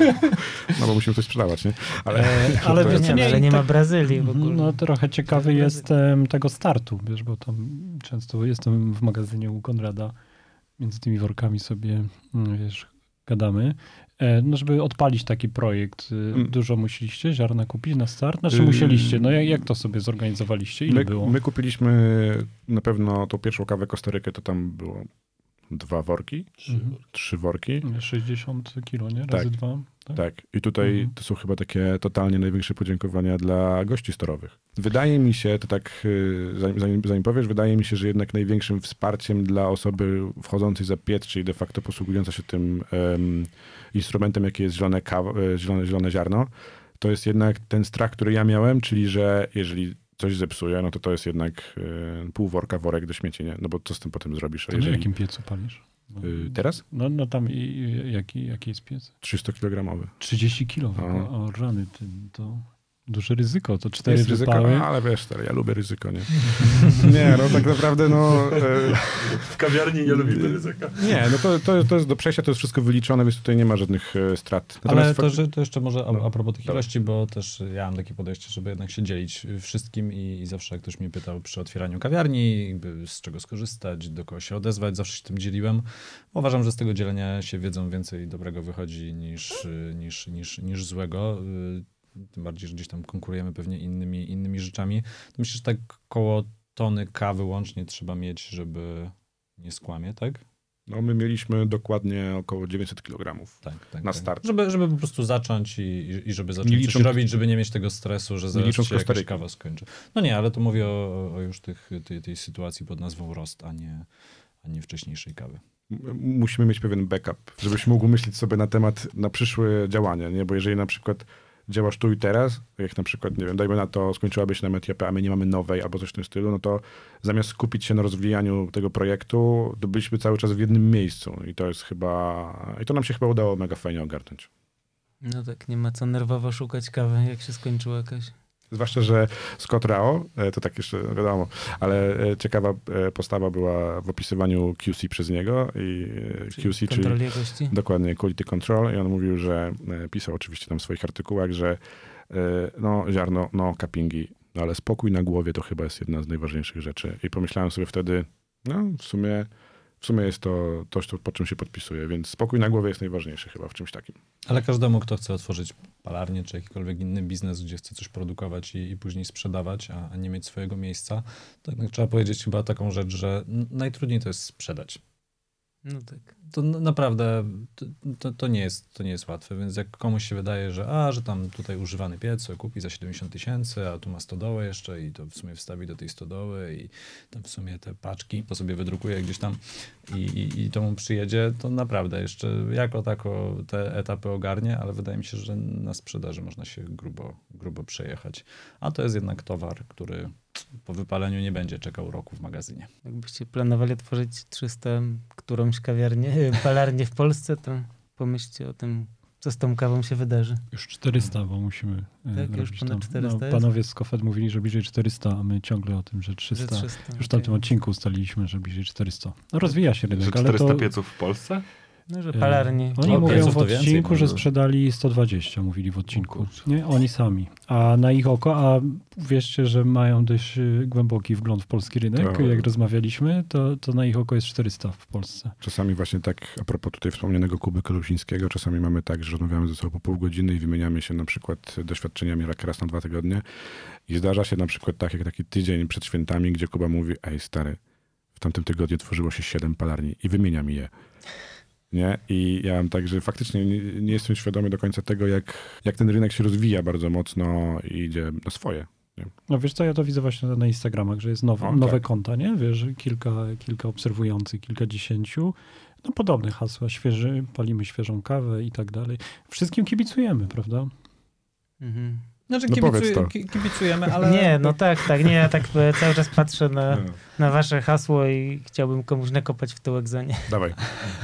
No bo musimy coś sprzedawać, nie? Ale, E, ale to wiesz jest- co, Nie, nie, ale i nie tak- ma Brazylii w ogóle. No trochę ciekawy jestem tego startu, wiesz, bo tam często jestem w magazynie u Konrada, między tymi workami sobie, mm, wiesz, gadamy. E, No, żeby odpalić taki projekt, y, Mm. dużo musieliście ziarna kupić na start? Znaczy Yy, musieliście, no jak, jak to sobie zorganizowaliście? Ile my, było? my kupiliśmy na pewno tą pierwszą kawę Kostarykę, to tam było dwa worki, Mhm. trzy worki. sześćdziesiąt kilo, nie? Razy Tak. dwa. Tak? Tak. I tutaj Mhm. to są chyba takie totalnie największe podziękowania dla gości storowych. Wydaje mi się, to tak y, zanim, zanim, zanim powiesz, wydaje mi się, że jednak największym wsparciem dla osoby wchodzącej za piec, czyli de facto posługująca się tym em, instrumentem, jaki jest zielone, kaw- e, zielone, zielone ziarno, to jest jednak ten strach, który ja miałem, czyli że jeżeli coś zepsuje, no to to jest jednak y, pół worka, worek do śmieci, nie? No bo co z tym potem zrobisz? A To na jeżeli, jakim piecu palisz? No, y, teraz? no, no tam i, i, jaki, jaki jest piec? trzysto-kilogramowy. trzydzieści kilo. A. O, o rany, ty, to duże ryzyko. To cztery Jest ryzyko, wypały. ale wiesz, stary, ja lubię ryzyko, nie? Nie, no tak naprawdę, no... E, W kawiarni nie lubimy ryzyka. nie, no to, to, to jest do przejścia, to jest wszystko wyliczone, więc tutaj nie ma żadnych e, strat. Ale Natomiast to, fak- że, to jeszcze może a, No, a propos tych dobra. ilości, bo też ja mam takie podejście, żeby jednak się dzielić wszystkim i, i zawsze jak ktoś mnie pytał przy otwieraniu kawiarni, jakby z czego skorzystać, do kogo się odezwać, zawsze się tym dzieliłem. Uważam, że z tego dzielenia się wiedzą więcej dobrego wychodzi niż, niż, niż, niż złego. Tym bardziej, że gdzieś tam konkurujemy pewnie innymi, innymi rzeczami. To myślę, że tak koło tony kawy łącznie trzeba mieć, żeby nie skłamie, tak? no, my mieliśmy dokładnie około dziewięćset kilogramów. Tak, tak. Na tak. start. Żeby, żeby po prostu zacząć i, i- i żeby zacząć Nie coś licząc- robić, żeby nie mieć tego stresu, że zaraz licząc się jakaś Kostaryki. kawa skończy. No nie, ale to mówię o, o już tych, tej, tej sytuacji pod nazwą rost, a nie, a nie wcześniejszej kawy. musimy mieć pewien backup, żebyś mógł myśleć sobie na temat, na przyszłe działania, nie? Bo jeżeli na przykład działasz tu i teraz, jak na przykład, nie wiem, dajmy na to, skończyłaby się nam etiopia, a my nie mamy nowej albo coś w tym stylu, no to zamiast skupić się na rozwijaniu tego projektu, to byliśmy cały czas w jednym miejscu i to jest chyba, i to nam się chyba udało mega fajnie ogarnąć. No tak, nie ma co nerwowo szukać kawy, jak się skończyła jakaś. Zwłaszcza, że Scott Rao, to tak jeszcze wiadomo, ale ciekawa postawa była w opisywaniu Q C przez niego i czyli Q C, kontroli czyli jakości? Dokładnie, Quality Control i on mówił, że pisał oczywiście tam w swoich artykułach, że no ziarno, no cuppingi, no ale spokój na głowie to chyba jest jedna z najważniejszych rzeczy i pomyślałem sobie wtedy, no w sumie W sumie jest to coś, po czym się podpisuje, więc spokój na głowie jest najważniejszy chyba w czymś takim. Ale każdemu, kto chce otworzyć palarnię czy jakikolwiek inny biznes, gdzie chce coś produkować i, i później sprzedawać, a, a nie mieć swojego miejsca, to jednak trzeba powiedzieć chyba taką rzecz, że najtrudniej to jest sprzedać. No tak. To n- naprawdę to, to, to, nie jest, to nie jest łatwe, więc jak komuś się wydaje, że a, że tam tutaj używany piec sobie kupi za siedemdziesiąt tysięcy, a tu ma stodołę jeszcze i to w sumie wstawi do tej stodoły i tam w sumie te paczki to sobie wydrukuje gdzieś tam i, i, i to mu przyjedzie, to naprawdę jeszcze jako tako te etapy ogarnie, ale wydaje mi się, że na sprzedaży można się grubo, grubo przejechać. A to jest jednak towar, który po wypaleniu nie będzie czekał roku w magazynie. Jakbyście planowali otworzyć trzysta którąś kawiarnię, palarnię w Polsce, to pomyślcie o tym, co z tą kawą się wydarzy. Już czterysta, bo musimy Tak, robić już ponad tam. czterysta No, jest? panowie z Kofet mówili, że bliżej czterysta, a my ciągle o tym, że trzysta. Że trzysta, Już w okej. tamtym odcinku ustaliliśmy, że bliżej czterysta. No rozwija się Że rynek, ale czterysta to... pieców w Polsce? No, że palarnie. Oni No, mówią pieców w to więcej odcinku, że może. sprzedali sto dwadzieścia, mówili w odcinku. kurczę. Nie, oni sami. A na ich oko, a wierzcie, że mają dość y, głęboki wgląd w polski rynek. To- Jak rozmawialiśmy, to, to na ich oko jest czterysta w Polsce. Czasami właśnie tak, a propos tutaj wspomnianego Kuby Kalusińskiego, czasami mamy tak, że rozmawiamy ze sobą po pół godziny i wymieniamy się na przykład doświadczeniami rak raz na dwa tygodnie i zdarza się na przykład tak, jak taki tydzień przed świętami, gdzie Kuba mówi, ej stary, w tamtym tygodniu tworzyło się siedem palarni i wymienia mi je. Nie? I ja mam tak, że faktycznie nie, nie jestem świadomy do końca tego, jak, jak ten rynek się rozwija bardzo mocno i idzie na swoje. Nie? No wiesz co, ja to widzę właśnie na Instagramach, że jest nowe, O, nowe tak. konta, nie? Wiesz, kilka, kilka obserwujących, kilkadziesięciu. No podobne hasła, świeży, palimy świeżą kawę i tak dalej. Wszystkim kibicujemy, prawda? Mhm. Znaczy No powiedz kibicuj, to. ki- kibicujemy, ale... Nie, no tak, tak. Nie, ja tak e, cały czas patrzę na, na wasze hasło i chciałbym komuś nakopać w tyłek za nie. Dawaj.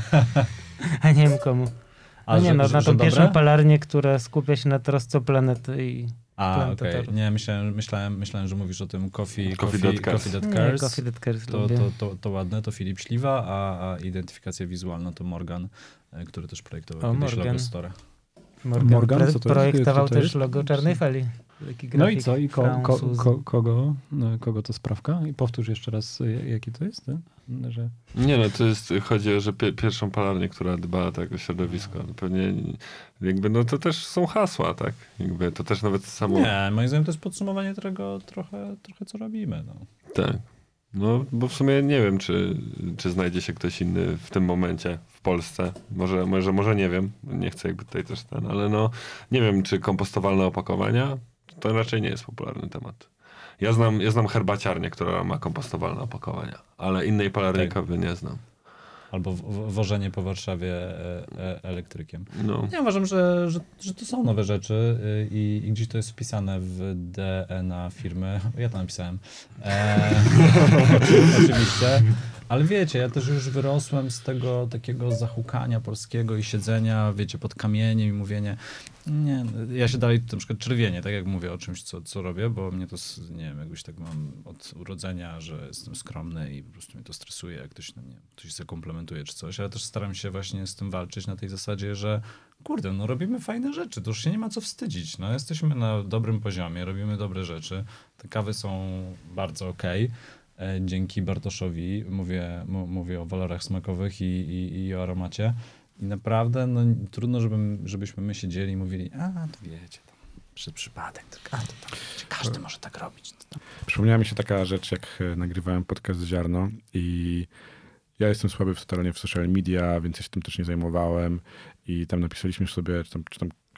A nie wiem komu. A, No nie, że- no że- na że tą pierwszą dobre? palarnię, która skupia się na trosce o planety i... A, okej. planetator. Nie, myślałem, myślałem, myślałem, że mówisz o tym Coffee, Coffee coffee, That Cares. coffee that Nie, cares. Coffee That Cares To, lubię. to, to, to ładne, to Filip Śliwa, a, a identyfikacja wizualna to Morgan, e, który też projektował O, kiedyś Morgan. logo Store. Morgan, Morgan, pre- co to jest? projektował Kto to też jest? logo Czarnej Fali. Taki No i grafik co? I ko, ko, Francuz. ko, kogo, no, kogo to sprawka? I powtórz jeszcze raz, y, jaki to jest? Ty? Że... Nie no, to jest, chodzi o, że pie, pierwszą palarnię, która dba tak o środowisko. No pewnie jakby, no to też są hasła, tak? Jakby to też nawet samo... Nie, moim zdaniem to jest podsumowanie tego trochę, trochę co robimy. No. Tak. No, bo w sumie nie wiem, czy, czy znajdzie się ktoś inny w tym momencie w Polsce. Może, może, może nie wiem. Nie chcę jakby tutaj też ten, ale no nie wiem, czy kompostowalne opakowania to raczej nie jest popularny temat. Ja znam, ja znam herbaciarnię, która ma kompostowalne opakowania, ale innej palarni Tak. kawy nie znam. Albo w, w, wożenie po Warszawie e, e, elektrykiem. No. Ja uważam, że, że, że to są nowe rzeczy y, i, i gdzieś to jest wpisane w D N A firmy. Ja to napisałem. E, oczy- oczywiście. Ale wiecie, ja też już wyrosłem z tego takiego zahukania polskiego i siedzenia, wiecie, pod kamieniem i mówienie, nie, ja się dalej na przykład czerwienię, tak jak mówię o czymś, co, co robię, bo mnie to, s- nie wiem, jakoś tak mam od urodzenia, że jestem skromny i po prostu mnie to stresuje, jak ktoś na mnie, ktoś się komplementuje czy coś, ale też staram się właśnie z tym walczyć na tej zasadzie, że kurde, no robimy fajne rzeczy, to już się nie ma co wstydzić, no jesteśmy na dobrym poziomie, robimy dobre rzeczy, te kawy są bardzo okej. E, Dzięki Bartoszowi mówię, mu- mówię o walorach smakowych i, i, i o aromacie. I naprawdę no, trudno, żebym, żebyśmy my siedzieli i mówili, a to wiecie, tam, przy przypadek, tak, a to tam, wiecie, każdy może tak robić. To tam. Przypomniała mi się taka rzecz, jak e, nagrywałem podcast Ziarno i ja jestem słaby w, totalnie w social media, więc ja się tym też nie zajmowałem i tam napisaliśmy sobie, czy tam, czy tam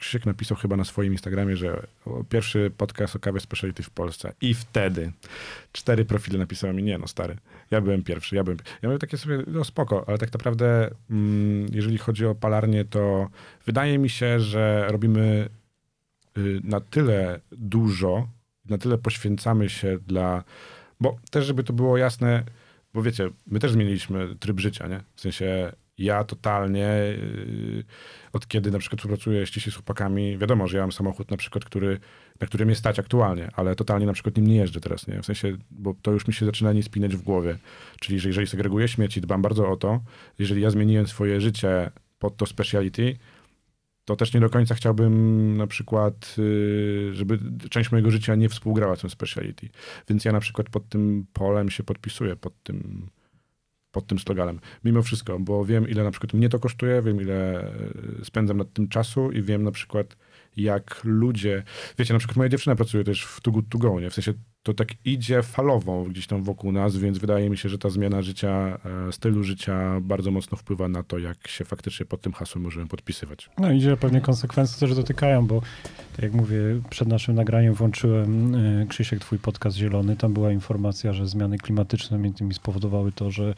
Krzysiek napisał chyba na swoim Instagramie, że pierwszy podcast o kawie specialty w Polsce. I wtedy cztery profile napisały mi, nie no stary, ja byłem pierwszy, ja byłem... Ja mówię takie sobie, no spoko, ale tak naprawdę mm, jeżeli chodzi o palarnię, to wydaje mi się, że robimy y, na tyle dużo, na tyle poświęcamy się dla... Bo też, żeby to było jasne, bo wiecie, my też zmieniliśmy tryb życia, nie? W sensie ja totalnie, yy, od kiedy na przykład współpracuję ściśle z chłopakami, wiadomo, że ja mam samochód na przykład, który, na którym jest stać aktualnie, ale totalnie na przykład nim nie jeżdżę teraz, nie? W sensie, bo to już mi się zaczyna nie spinać w głowie. Czyli, że jeżeli segreguję śmieci, dbam bardzo o to, jeżeli ja zmieniłem swoje życie pod to speciality, to też nie do końca chciałbym na przykład, żeby część mojego życia nie współgrała z tym speciality. Więc ja na przykład pod tym polem się podpisuję, pod tym, pod tym sloganem. Mimo wszystko, bo wiem, ile na przykład mnie to kosztuje, wiem, ile spędzam nad tym czasu i wiem na przykład, jak ludzie... Wiecie, na przykład moja dziewczyna pracuje też w Too Good To Go, nie? W sensie to tak idzie falową gdzieś tam wokół nas, więc wydaje mi się, że ta zmiana życia, stylu życia bardzo mocno wpływa na to, jak się faktycznie pod tym hasłem możemy podpisywać. No idzie pewnie konsekwencje też dotykają, bo tak jak mówię, przed naszym nagraniem włączyłem Krzysiek, twój podcast Zielony, tam była informacja, że zmiany klimatyczne między innymi spowodowały to, że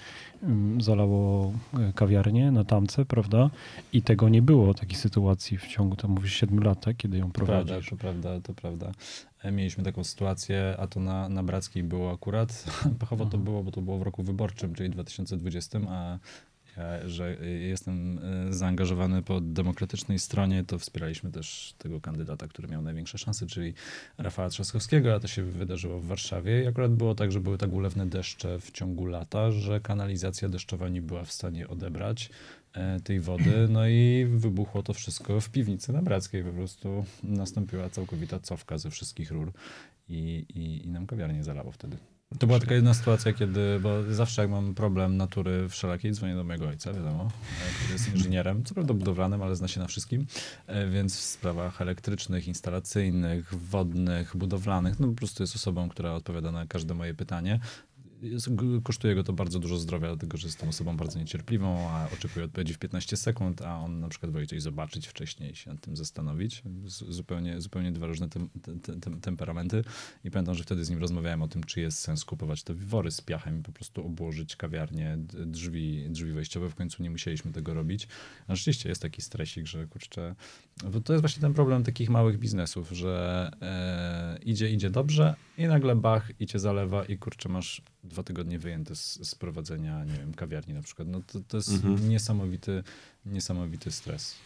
zalało kawiarnię na Tamce, prawda? I tego nie było, takiej sytuacji w ciągu, tam mówisz, siedmiu lat, tak? Kiedy ją prowadzisz. To prawda, to prawda, to prawda. Mieliśmy taką sytuację, a to na, na Brackiej było akurat. Pechowo to było, bo to było w roku wyborczym, czyli dwa tysiące dwudziestym, a ja, że jestem zaangażowany po demokratycznej stronie, to wspieraliśmy też tego kandydata, który miał największe szanse, czyli Rafała Trzaskowskiego, a to się wydarzyło w Warszawie. I akurat było tak, że były tak ulewne deszcze w ciągu lata, że kanalizacja deszczowa nie była w stanie odebrać tej wody, no i wybuchło to wszystko w piwnicy na Brackiej. Po prostu nastąpiła całkowita cofka ze wszystkich rur i, i, i nam kawiarnię zalało wtedy. To była taka jedna sytuacja, kiedy, bo zawsze jak mam problem natury wszelakiej, dzwonię do mojego ojca, wiadomo, który jest inżynierem, co prawda budowlanym, ale zna się na wszystkim, więc w sprawach elektrycznych, instalacyjnych, wodnych, budowlanych, no po prostu jest osobą, która odpowiada na każde moje pytanie. Jest, kosztuje go to bardzo dużo zdrowia, dlatego że jestem osobą bardzo niecierpliwą, a oczekuję odpowiedzi w piętnaście sekund, a on na przykład woli coś zobaczyć wcześniej i się nad tym zastanowić. Z, zupełnie, zupełnie dwa różne tem, te, te, temperamenty i pamiętam, że wtedy z nim rozmawiałem o tym, czy jest sens kupować te wory z piachem i po prostu obłożyć kawiarnię, drzwi, drzwi wejściowe. W końcu nie musieliśmy tego robić. A rzeczywiście jest taki stresik, że kurczę, bo to jest właśnie ten problem takich małych biznesów, że e, idzie, idzie dobrze i nagle bach i cię zalewa i kurczę, masz dwa tygodnie wyjęte z, z prowadzenia, nie wiem, kawiarni na przykład. No to, to jest mhm. niesamowity, niesamowity stres.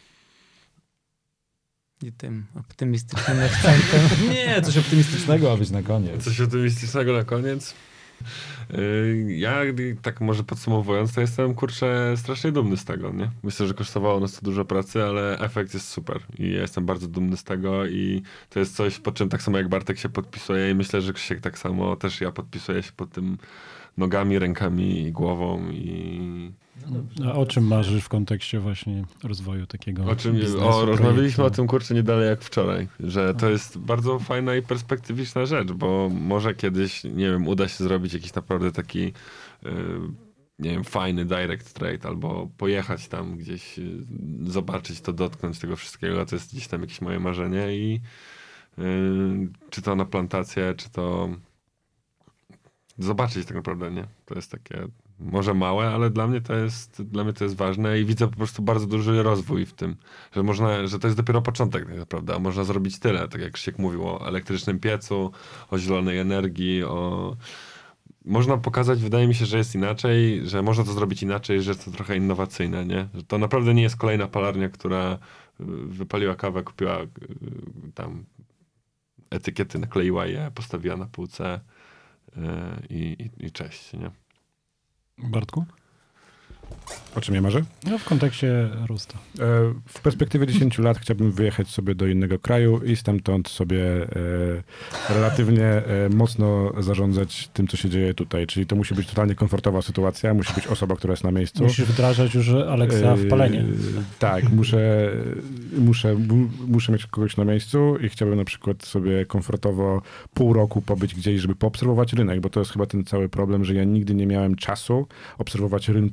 I tym optymistycznym akcentem. Nie, coś optymistycznego ma być na koniec. Coś optymistycznego na koniec. Ja tak może podsumowując, to jestem, kurczę, strasznie dumny z tego, nie? Myślę, że kosztowało nas to dużo pracy, ale efekt jest super i ja jestem bardzo dumny z tego i to jest coś, pod czym tak samo jak Bartek się podpisuje i myślę, że Krzysiek tak samo, też ja podpisuję się pod tym nogami, rękami i głową i... A o czym marzysz w kontekście właśnie rozwoju takiego o czym biznesu, o, rozmawialiśmy projektu? o tym, kurczę, nie dalej jak wczoraj, że to jest bardzo fajna i perspektywiczna rzecz, bo może kiedyś, nie wiem, uda się zrobić jakiś naprawdę taki yy, nie wiem, fajny direct trade, albo pojechać tam gdzieś, yy, zobaczyć to, dotknąć tego wszystkiego, to jest gdzieś tam jakieś moje marzenie i yy, czy to na plantację, czy to zobaczyć tak naprawdę, nie? To jest takie może małe, ale dla mnie to jest, dla mnie to jest ważne i widzę po prostu bardzo duży rozwój w tym, że można, że to jest dopiero początek tak naprawdę, a można zrobić tyle, tak jak Krzysiek mówił o elektrycznym piecu, o zielonej energii, o... Można pokazać, wydaje mi się, że jest inaczej, że można to zrobić inaczej, że jest to trochę innowacyjne, nie? Że to naprawdę nie jest kolejna palarnia, która wypaliła kawę, kupiła tam etykiety, nakleiła je, postawiła na półce i, i, i cześć, nie? Bartku? O czym ja marzę? No w kontekście Rusta. W perspektywie dziesięciu lat chciałbym wyjechać sobie do innego kraju i stamtąd sobie relatywnie mocno zarządzać tym, co się dzieje tutaj. Czyli to musi być totalnie komfortowa sytuacja, musi być osoba, która jest na miejscu. Musisz wdrażać już Alexa w palenie. Tak, muszę, muszę, muszę mieć kogoś na miejscu i chciałbym na przykład sobie komfortowo pół roku pobyć gdzieś, żeby poobserwować rynek, bo to jest chyba ten cały problem, że ja nigdy nie miałem czasu obserwować rynku z zewnątrz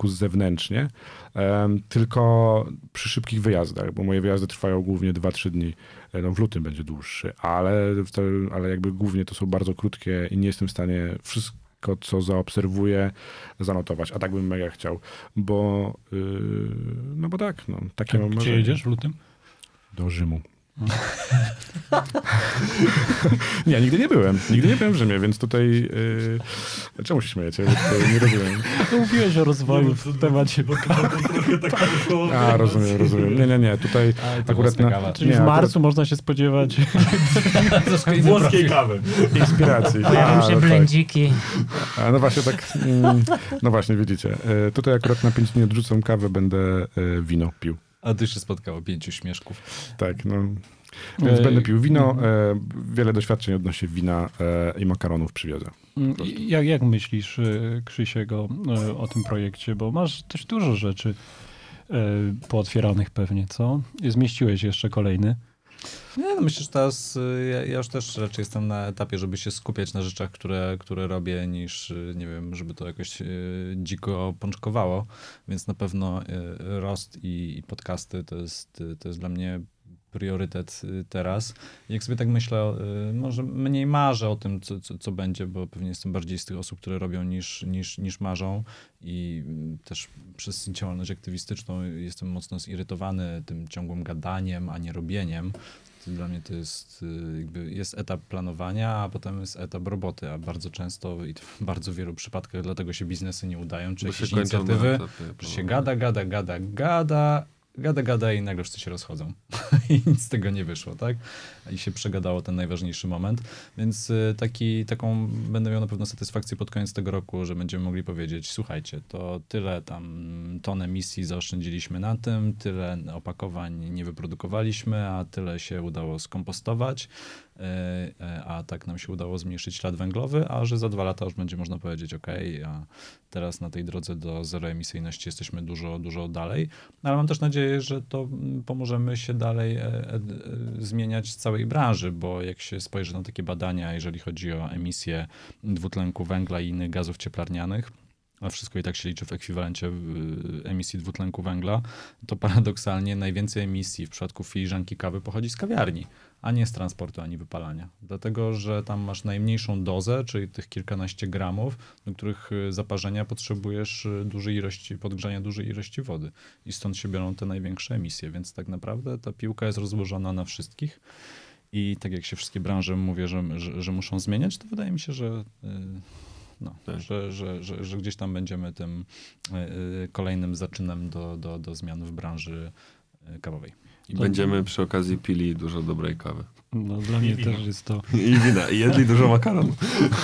wewnętrznie, um, tylko przy szybkich wyjazdach, bo moje wyjazdy trwają głównie dwa trzy dni. No w lutym będzie dłuższy, ale, ale jakby głównie to są bardzo krótkie i nie jestem w stanie wszystko, co zaobserwuję, zanotować, a tak bym mega chciał, bo yy, no bo tak, no takie mam Gdzie marzenie. jedziesz w lutym? Do Rzymu. Nie, nigdy nie byłem. Nigdy nie byłem w Rzymie, więc tutaj... Yy... Czemu się śmiejecie? Tutaj nie rozumiem. No, mówiłeś o rozwoju w temacie. A, rozumiem, rozumiem. Nie, nie, nie. Tutaj akurat... Na... Czyli nie, w marcu akurat... można się spodziewać włoskiej kawy. Inspiracji. Pojawią się no blędziki. Tak. A no właśnie tak... Mm, no właśnie, widzicie. Yy, tutaj akurat na pięć dni odrzucam kawę, będę yy, wino pił. A ty się spotkało pięciu śmieszków. Tak, no. Więc będę pił wino. E, wiele doświadczeń odnośnie wina e, i makaronów przywiozę. Jak, jak myślisz, Krzysiego, o tym projekcie? Bo masz dość dużo rzeczy pootwieranych pewnie, co? Zmieściłeś jeszcze kolejny. Nie, no myślę, że teraz ja, ja już też raczej jestem na etapie, żeby się skupiać na rzeczach, które, które robię, niż, nie wiem, żeby to jakoś e, dziko pączkowało. Więc na pewno e, Rost i, i podcasty to jest, to jest dla mnie priorytet teraz. I jak sobie tak myślę, y, może mniej marzę o tym, co, co, co będzie, bo pewnie jestem bardziej z tych osób, które robią niż, niż, niż marzą i y, też przez działalność aktywistyczną jestem mocno zirytowany tym ciągłym gadaniem, a nie robieniem. Dla mnie to jest y, jakby jest etap planowania, a potem jest etap roboty, a bardzo często i w bardzo wielu przypadkach dlatego się biznesy nie udają, czy Bo jakieś się kończą na inicjatywy, etapie że się gada, gada, gada, gada, gada, gada i nagle wszyscy się rozchodzą. I nic z tego nie wyszło, tak? I się przegadało ten najważniejszy moment. Więc y, taki, taką będę miał na pewno satysfakcję pod koniec tego roku, że będziemy mogli powiedzieć, słuchajcie, to tyle tam ton emisji zaoszczędziliśmy na tym, tyle opakowań nie wyprodukowaliśmy, a tyle się udało skompostować, y, y, a tak nam się udało zmniejszyć ślad węglowy, a że za dwa lata już będzie można powiedzieć, ok, a teraz na tej drodze do zeroemisyjności jesteśmy dużo, dużo dalej. Ale mam też nadzieję, że to pomożemy się dalej e, e, zmieniać całej branży, bo jak się spojrzy na takie badania, jeżeli chodzi o emisję dwutlenku węgla i innych gazów cieplarnianych, a wszystko i tak się liczy w ekwiwalencie emisji dwutlenku węgla, to paradoksalnie najwięcej emisji w przypadku filiżanki kawy pochodzi z kawiarni, a nie z transportu ani wypalania. Dlatego, że tam masz najmniejszą dozę, czyli tych kilkanaście gramów, do których zaparzenia potrzebujesz dużej ilości, podgrzania dużej ilości wody. I stąd się biorą te największe emisje, więc tak naprawdę ta piłka jest rozłożona na wszystkich. I tak jak się wszystkie branże mówią, że, że, że muszą zmieniać, to wydaje mi się, że... Yy, No, tak. że, że, że, że gdzieś tam będziemy tym y, kolejnym zaczynem do, do, do zmian w branży kawowej. I to będziemy przy okazji pili dużo dobrej kawy. No, dla mnie też jest to... I wina. I jedli dużo makaronu.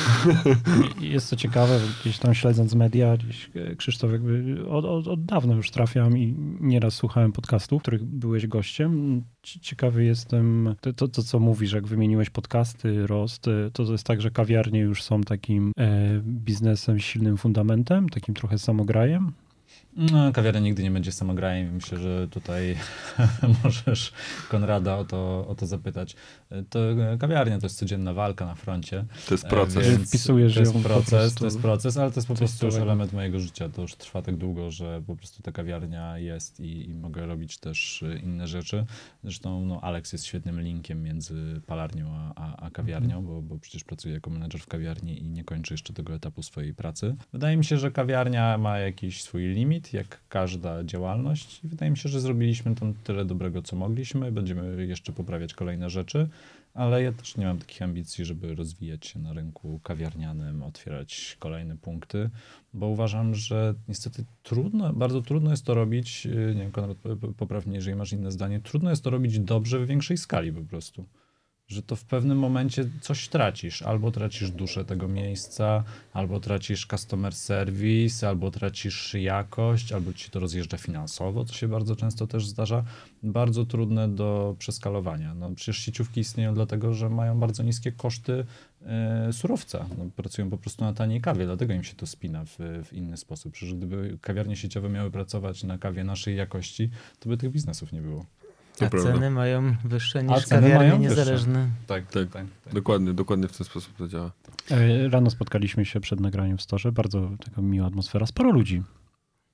Jest to ciekawe, gdzieś tam śledząc media, gdzieś Krzysztof jakby od, od, od dawna już trafiam i nieraz słuchałem podcastów, w których byłeś gościem. Ciekawy jestem, to, to, to co mówisz, jak wymieniłeś podcasty, Rost, to, to jest tak, że kawiarnie już są takim e, biznesem z silnym fundamentem, takim trochę samograjem? No, kawiarnia nigdy nie będzie samograjem. Myślę, że tutaj możesz Konrada o to, o to zapytać. To kawiarnia to jest codzienna walka na froncie. To jest proces. Więc Wpisujesz to jest ją proces, to jest proces, ale to jest po prostu już całego. element mojego życia. To już trwa tak długo, że po prostu ta kawiarnia jest i, i mogę robić też inne rzeczy. Zresztą no, Alex jest świetnym linkiem między palarnią a, a, a kawiarnią, mm. bo, bo przecież pracuje jako menedżer w kawiarni i nie kończy jeszcze tego etapu swojej pracy. Wydaje mi się, że kawiarnia ma jakiś swój limit, jak każda działalność. I wydaje mi się, że zrobiliśmy tam tyle dobrego, co mogliśmy. Będziemy jeszcze poprawiać kolejne rzeczy, ale ja też nie mam takich ambicji, żeby rozwijać się na rynku kawiarnianym, otwierać kolejne punkty, bo uważam, że niestety trudno, bardzo trudno jest to robić, nie wiem, Konrad, poprawnie, jeżeli masz inne zdanie, trudno jest to robić dobrze w większej skali po prostu. Że to w pewnym momencie coś tracisz. Albo tracisz duszę tego miejsca, albo tracisz customer service, albo tracisz jakość, albo ci to rozjeżdża finansowo, co się bardzo często też zdarza. Bardzo trudne do przeskalowania. No, przecież sieciówki istnieją dlatego, że mają bardzo niskie koszty e, surowca. No, pracują po prostu na taniej kawie, dlatego im się to spina w, w inny sposób. Przecież gdyby kawiarnie sieciowe miały pracować na kawie naszej jakości, to by tych biznesów nie było. A prawda. ceny mają wyższe niż A ceny kawiarnie mają niezależne. Tak, Tak, tak, tak. Dokładnie, dokładnie w ten sposób to działa. Rano spotkaliśmy się przed nagraniem w Storze, bardzo taka miła atmosfera, sporo ludzi.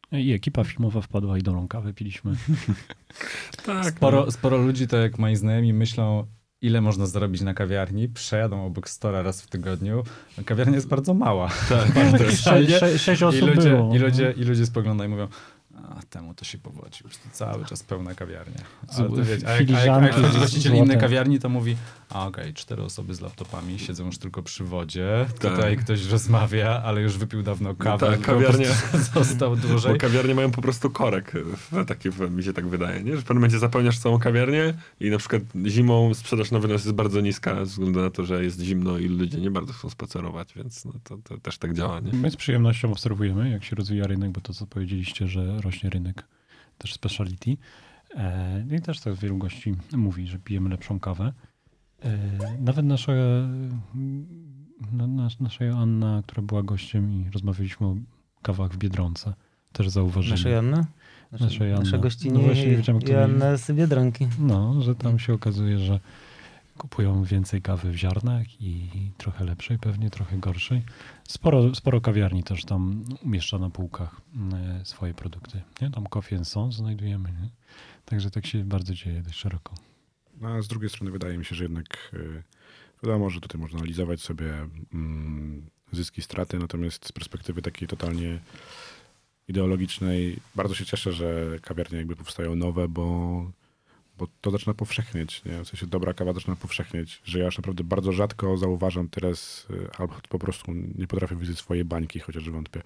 I ekipa filmowa wpadła i dolą kawę piliśmy. Tak, Sporo, no. sporo ludzi, tak jak moi znajomi, myślą, ile można zarobić na kawiarni, przejadą obok Stora raz w tygodniu. Kawiarnia jest bardzo mała. Tak, Sze, sze, sześć I osób ludzie, było. I ludzie, i ludzie spoglądają i mówią, a temu to się powodzi, po prostu cały czas pełna kawiarnia. Ale to wiecie, a jak, a jak, a jak Filiżanki właściciel złote. innej kawiarni to mówi, a okej, okay, cztery osoby z laptopami siedzą już tylko przy wodzie, Tak. tutaj ktoś rozmawia, ale już wypił dawno kawę, tak, bo kawiarnia- po prostu został dłużej. Bo kawiarnie mają po prostu korek, w, taki, w, mi się tak wydaje, nie? Że w pewnym momencie zapełniasz całą kawiarnię i na przykład zimą sprzedaż na wynos jest bardzo niska, ze względu na to, że jest zimno i ludzie nie bardzo chcą spacerować, więc no, to, to też tak działa, nie? My z przyjemnością obserwujemy, jak się rozwija rynek, bo to co powiedzieliście, że rośnie rynek też speciality. E, I też tak wielu gości mówi, że pijemy lepszą kawę. E, nawet nasza, na, nas, nasza Joanna, która była gościem i rozmawialiśmy o kawach w Biedronce, też zauważyli. Nasza Joanna? Nasza, Nasza Joanna. nasza gościni No właśnie nie wiedziałem, kto Joanna z Biedronki. No, że tam się okazuje, że kupują więcej kawy w ziarnach i trochę lepszej, pewnie trochę gorszej. Sporo, sporo kawiarni też tam umieszcza na półkach e, swoje produkty. Nie? Tam Coffee and Sons znajdujemy. Nie? Także tak się bardzo dzieje dość szeroko. No, a z drugiej strony wydaje mi się, że jednak y, wiadomo, że tutaj można analizować sobie mm, zyski, straty, natomiast z perspektywy takiej totalnie ideologicznej bardzo się cieszę, że kawiarnie jakby powstają nowe, bo, bo to zaczyna powszechnieć. Nie? W sensie dobra kawa zaczyna powszechnieć, że ja już naprawdę bardzo rzadko zauważam teraz, y, albo po prostu nie potrafię widzieć swojej bańki, chociaż wątpię,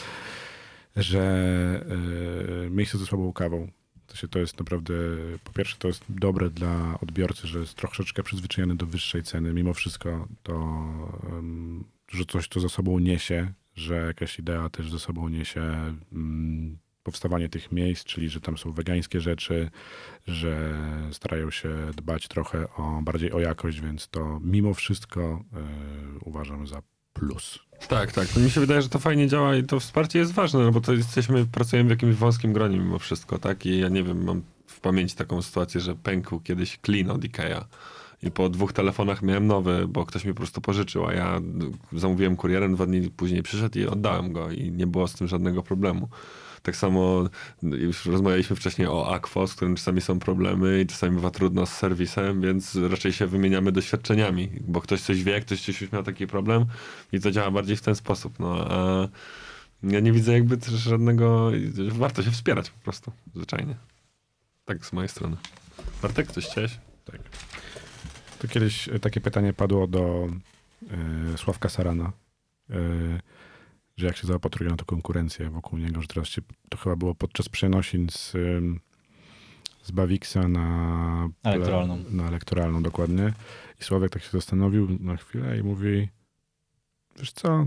że y, miejsce ze słabą kawą. To, się, to jest naprawdę, po pierwsze to jest dobre dla odbiorcy, że jest troszeczkę przyzwyczajony do wyższej ceny. Mimo wszystko to, um, że coś to za sobą niesie, że jakaś idea też za sobą niesie um, powstawanie tych miejsc, czyli że tam są wegańskie rzeczy, że starają się dbać trochę o, bardziej o jakość, więc to mimo wszystko y, uważam za plus. Tak, tak. To mi się wydaje, że to fajnie działa i to wsparcie jest ważne, no bo to jesteśmy, pracujemy w jakimś wąskim gronie mimo wszystko, tak? I ja nie wiem, mam w pamięci taką sytuację, że pękł kiedyś klin od Ikea i po dwóch telefonach miałem nowy, bo ktoś mi po prostu pożyczył, a ja zamówiłem kurierem, dwa dni później przyszedł i oddałem go i nie było z tym żadnego problemu. Tak samo już rozmawialiśmy wcześniej o Aquo, z którym czasami są problemy i czasami bywa trudno z serwisem, więc raczej się wymieniamy doświadczeniami, bo ktoś coś wie, ktoś coś już miał taki problem i to działa bardziej w ten sposób. No, a ja nie widzę jakby też żadnego... Warto się wspierać po prostu, zwyczajnie. Tak z mojej strony. Bartek, coś chciałeś? Tak. To kiedyś takie pytanie padło do y, Sławka Sarana, y, że jak się zaopatruje na tą konkurencję wokół niego, że teraz się, to chyba było podczas przenosin z, y, z Bawixa na Elektoralną. Na elektoralną, dokładnie. I Sławek tak się zastanowił na chwilę i mówi, wiesz co,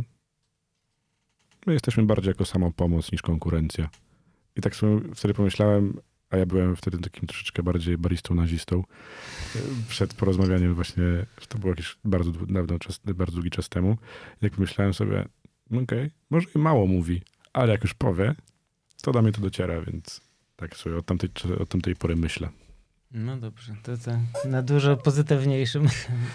my jesteśmy bardziej jako samopomoc niż konkurencja. I tak sobie wtedy pomyślałem, a ja byłem wtedy takim troszeczkę bardziej baristą nazistą przed porozmawianiem właśnie, że to było jakiś bardzo dawno czas, bardzo długi czas temu. I tak pomyślałem sobie, okej, okay, może i mało mówi, ale jak już powie, to do mnie to dociera, więc tak sobie od tamtej, od tamtej pory myślę. No dobrze, to, to na dużo pozytywniejszym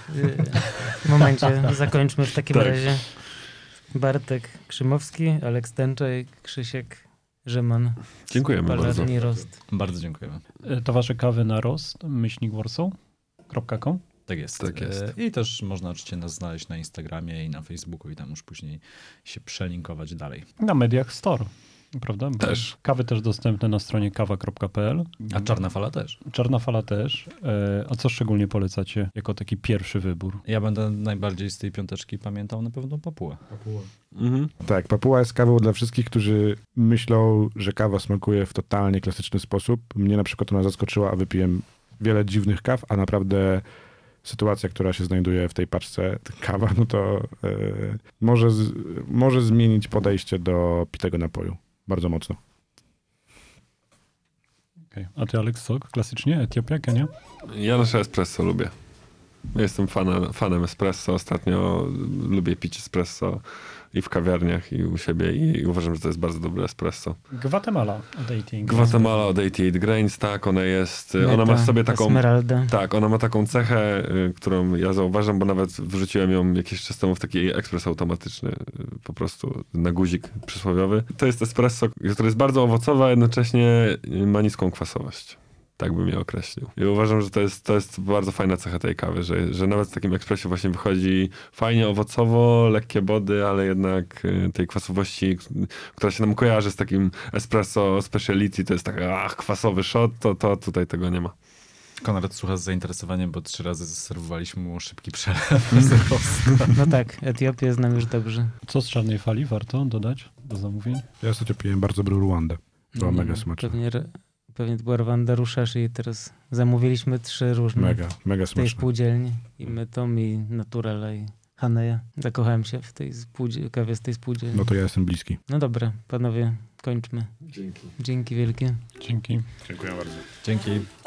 momencie zakończmy w takim tak. razie. Bartek Krzymowski, Aleks Tęcza i Krzysiek Rzyman. Dziękujemy bardzo. Palarni Rost. Bardzo dziękujemy. To wasze kawy na rost, myślnik warsaw kropka com. Tak jest. Tak jest. E, I też można oczywiście nas znaleźć na Instagramie i na Facebooku i tam już później się przelinkować dalej. Na mediach Store, prawda? Bo Też. Kawy też dostępne na stronie kawa kropka p l. A Czarna Fala też. Czarna Fala też. E, a co szczególnie polecacie jako taki pierwszy wybór? Ja będę najbardziej z tej piąteczki pamiętał na pewno Papułę. Mhm. Tak, Papuła jest kawą dla wszystkich, którzy myślą, że kawa smakuje w totalnie klasyczny sposób. Mnie na przykład ona zaskoczyła, a wypiłem wiele dziwnych kaw, a naprawdę sytuacja, która się znajduje w tej paczce, kawa, no to yy, może, z, może zmienić podejście do pitego napoju. Bardzo mocno. Okay. A ty, Aleks, sok? Klasycznie? Etiopia, Kenia? Ja nasze espresso lubię. Ja jestem fana, fanem espresso. Ostatnio lubię pić espresso i w kawiarniach, i u siebie i uważam, że to jest bardzo dobre espresso. Guatemala od eighty-eight. Guatemala od eighty-eight Grains, tak, ona jest, Meta, ona ma w sobie taką, Esmeralda. tak, ona ma taką cechę, y, którą ja zauważam, bo nawet wrzuciłem ją jakiś czas temu w taki ekspres automatyczny, y, po prostu na guzik przysłowiowy. To jest espresso, które jest bardzo owocowe, a jednocześnie ma niską kwasowość. Tak bym je określił. I uważam, że to jest, to jest bardzo fajna cecha tej kawy, że, że nawet w takim ekspresie właśnie wychodzi fajnie owocowo, lekkie body, ale jednak tej kwasowości, która się nam kojarzy z takim espresso speciality, to jest taki ach, kwasowy shot, to, to tutaj tego nie ma. Konrad słucha z zainteresowaniem, bo trzy razy zaserwowaliśmy mu szybki przelew z Rosji. No tak, Etiopię znam już dobrze. Co z czarnej fali warto dodać do zamówień? Ja ostatnio piłem bardzo dobrą Ruandę. Była Nie, mega no, smaczna. Pewnie, pewnie to była Rwanda Ruszasz i teraz zamówiliśmy trzy różne Mega, mega w tej smaczna. spółdzielni. I Mytom, i Naturela, i Haneja. Zakochałem się w tej spółdzie- kawie z tej spółdzielni. No to ja jestem bliski. No dobra, panowie, kończmy. Dzięki. Dzięki wielkie. Dzięki. Dziękuję bardzo. Dzięki.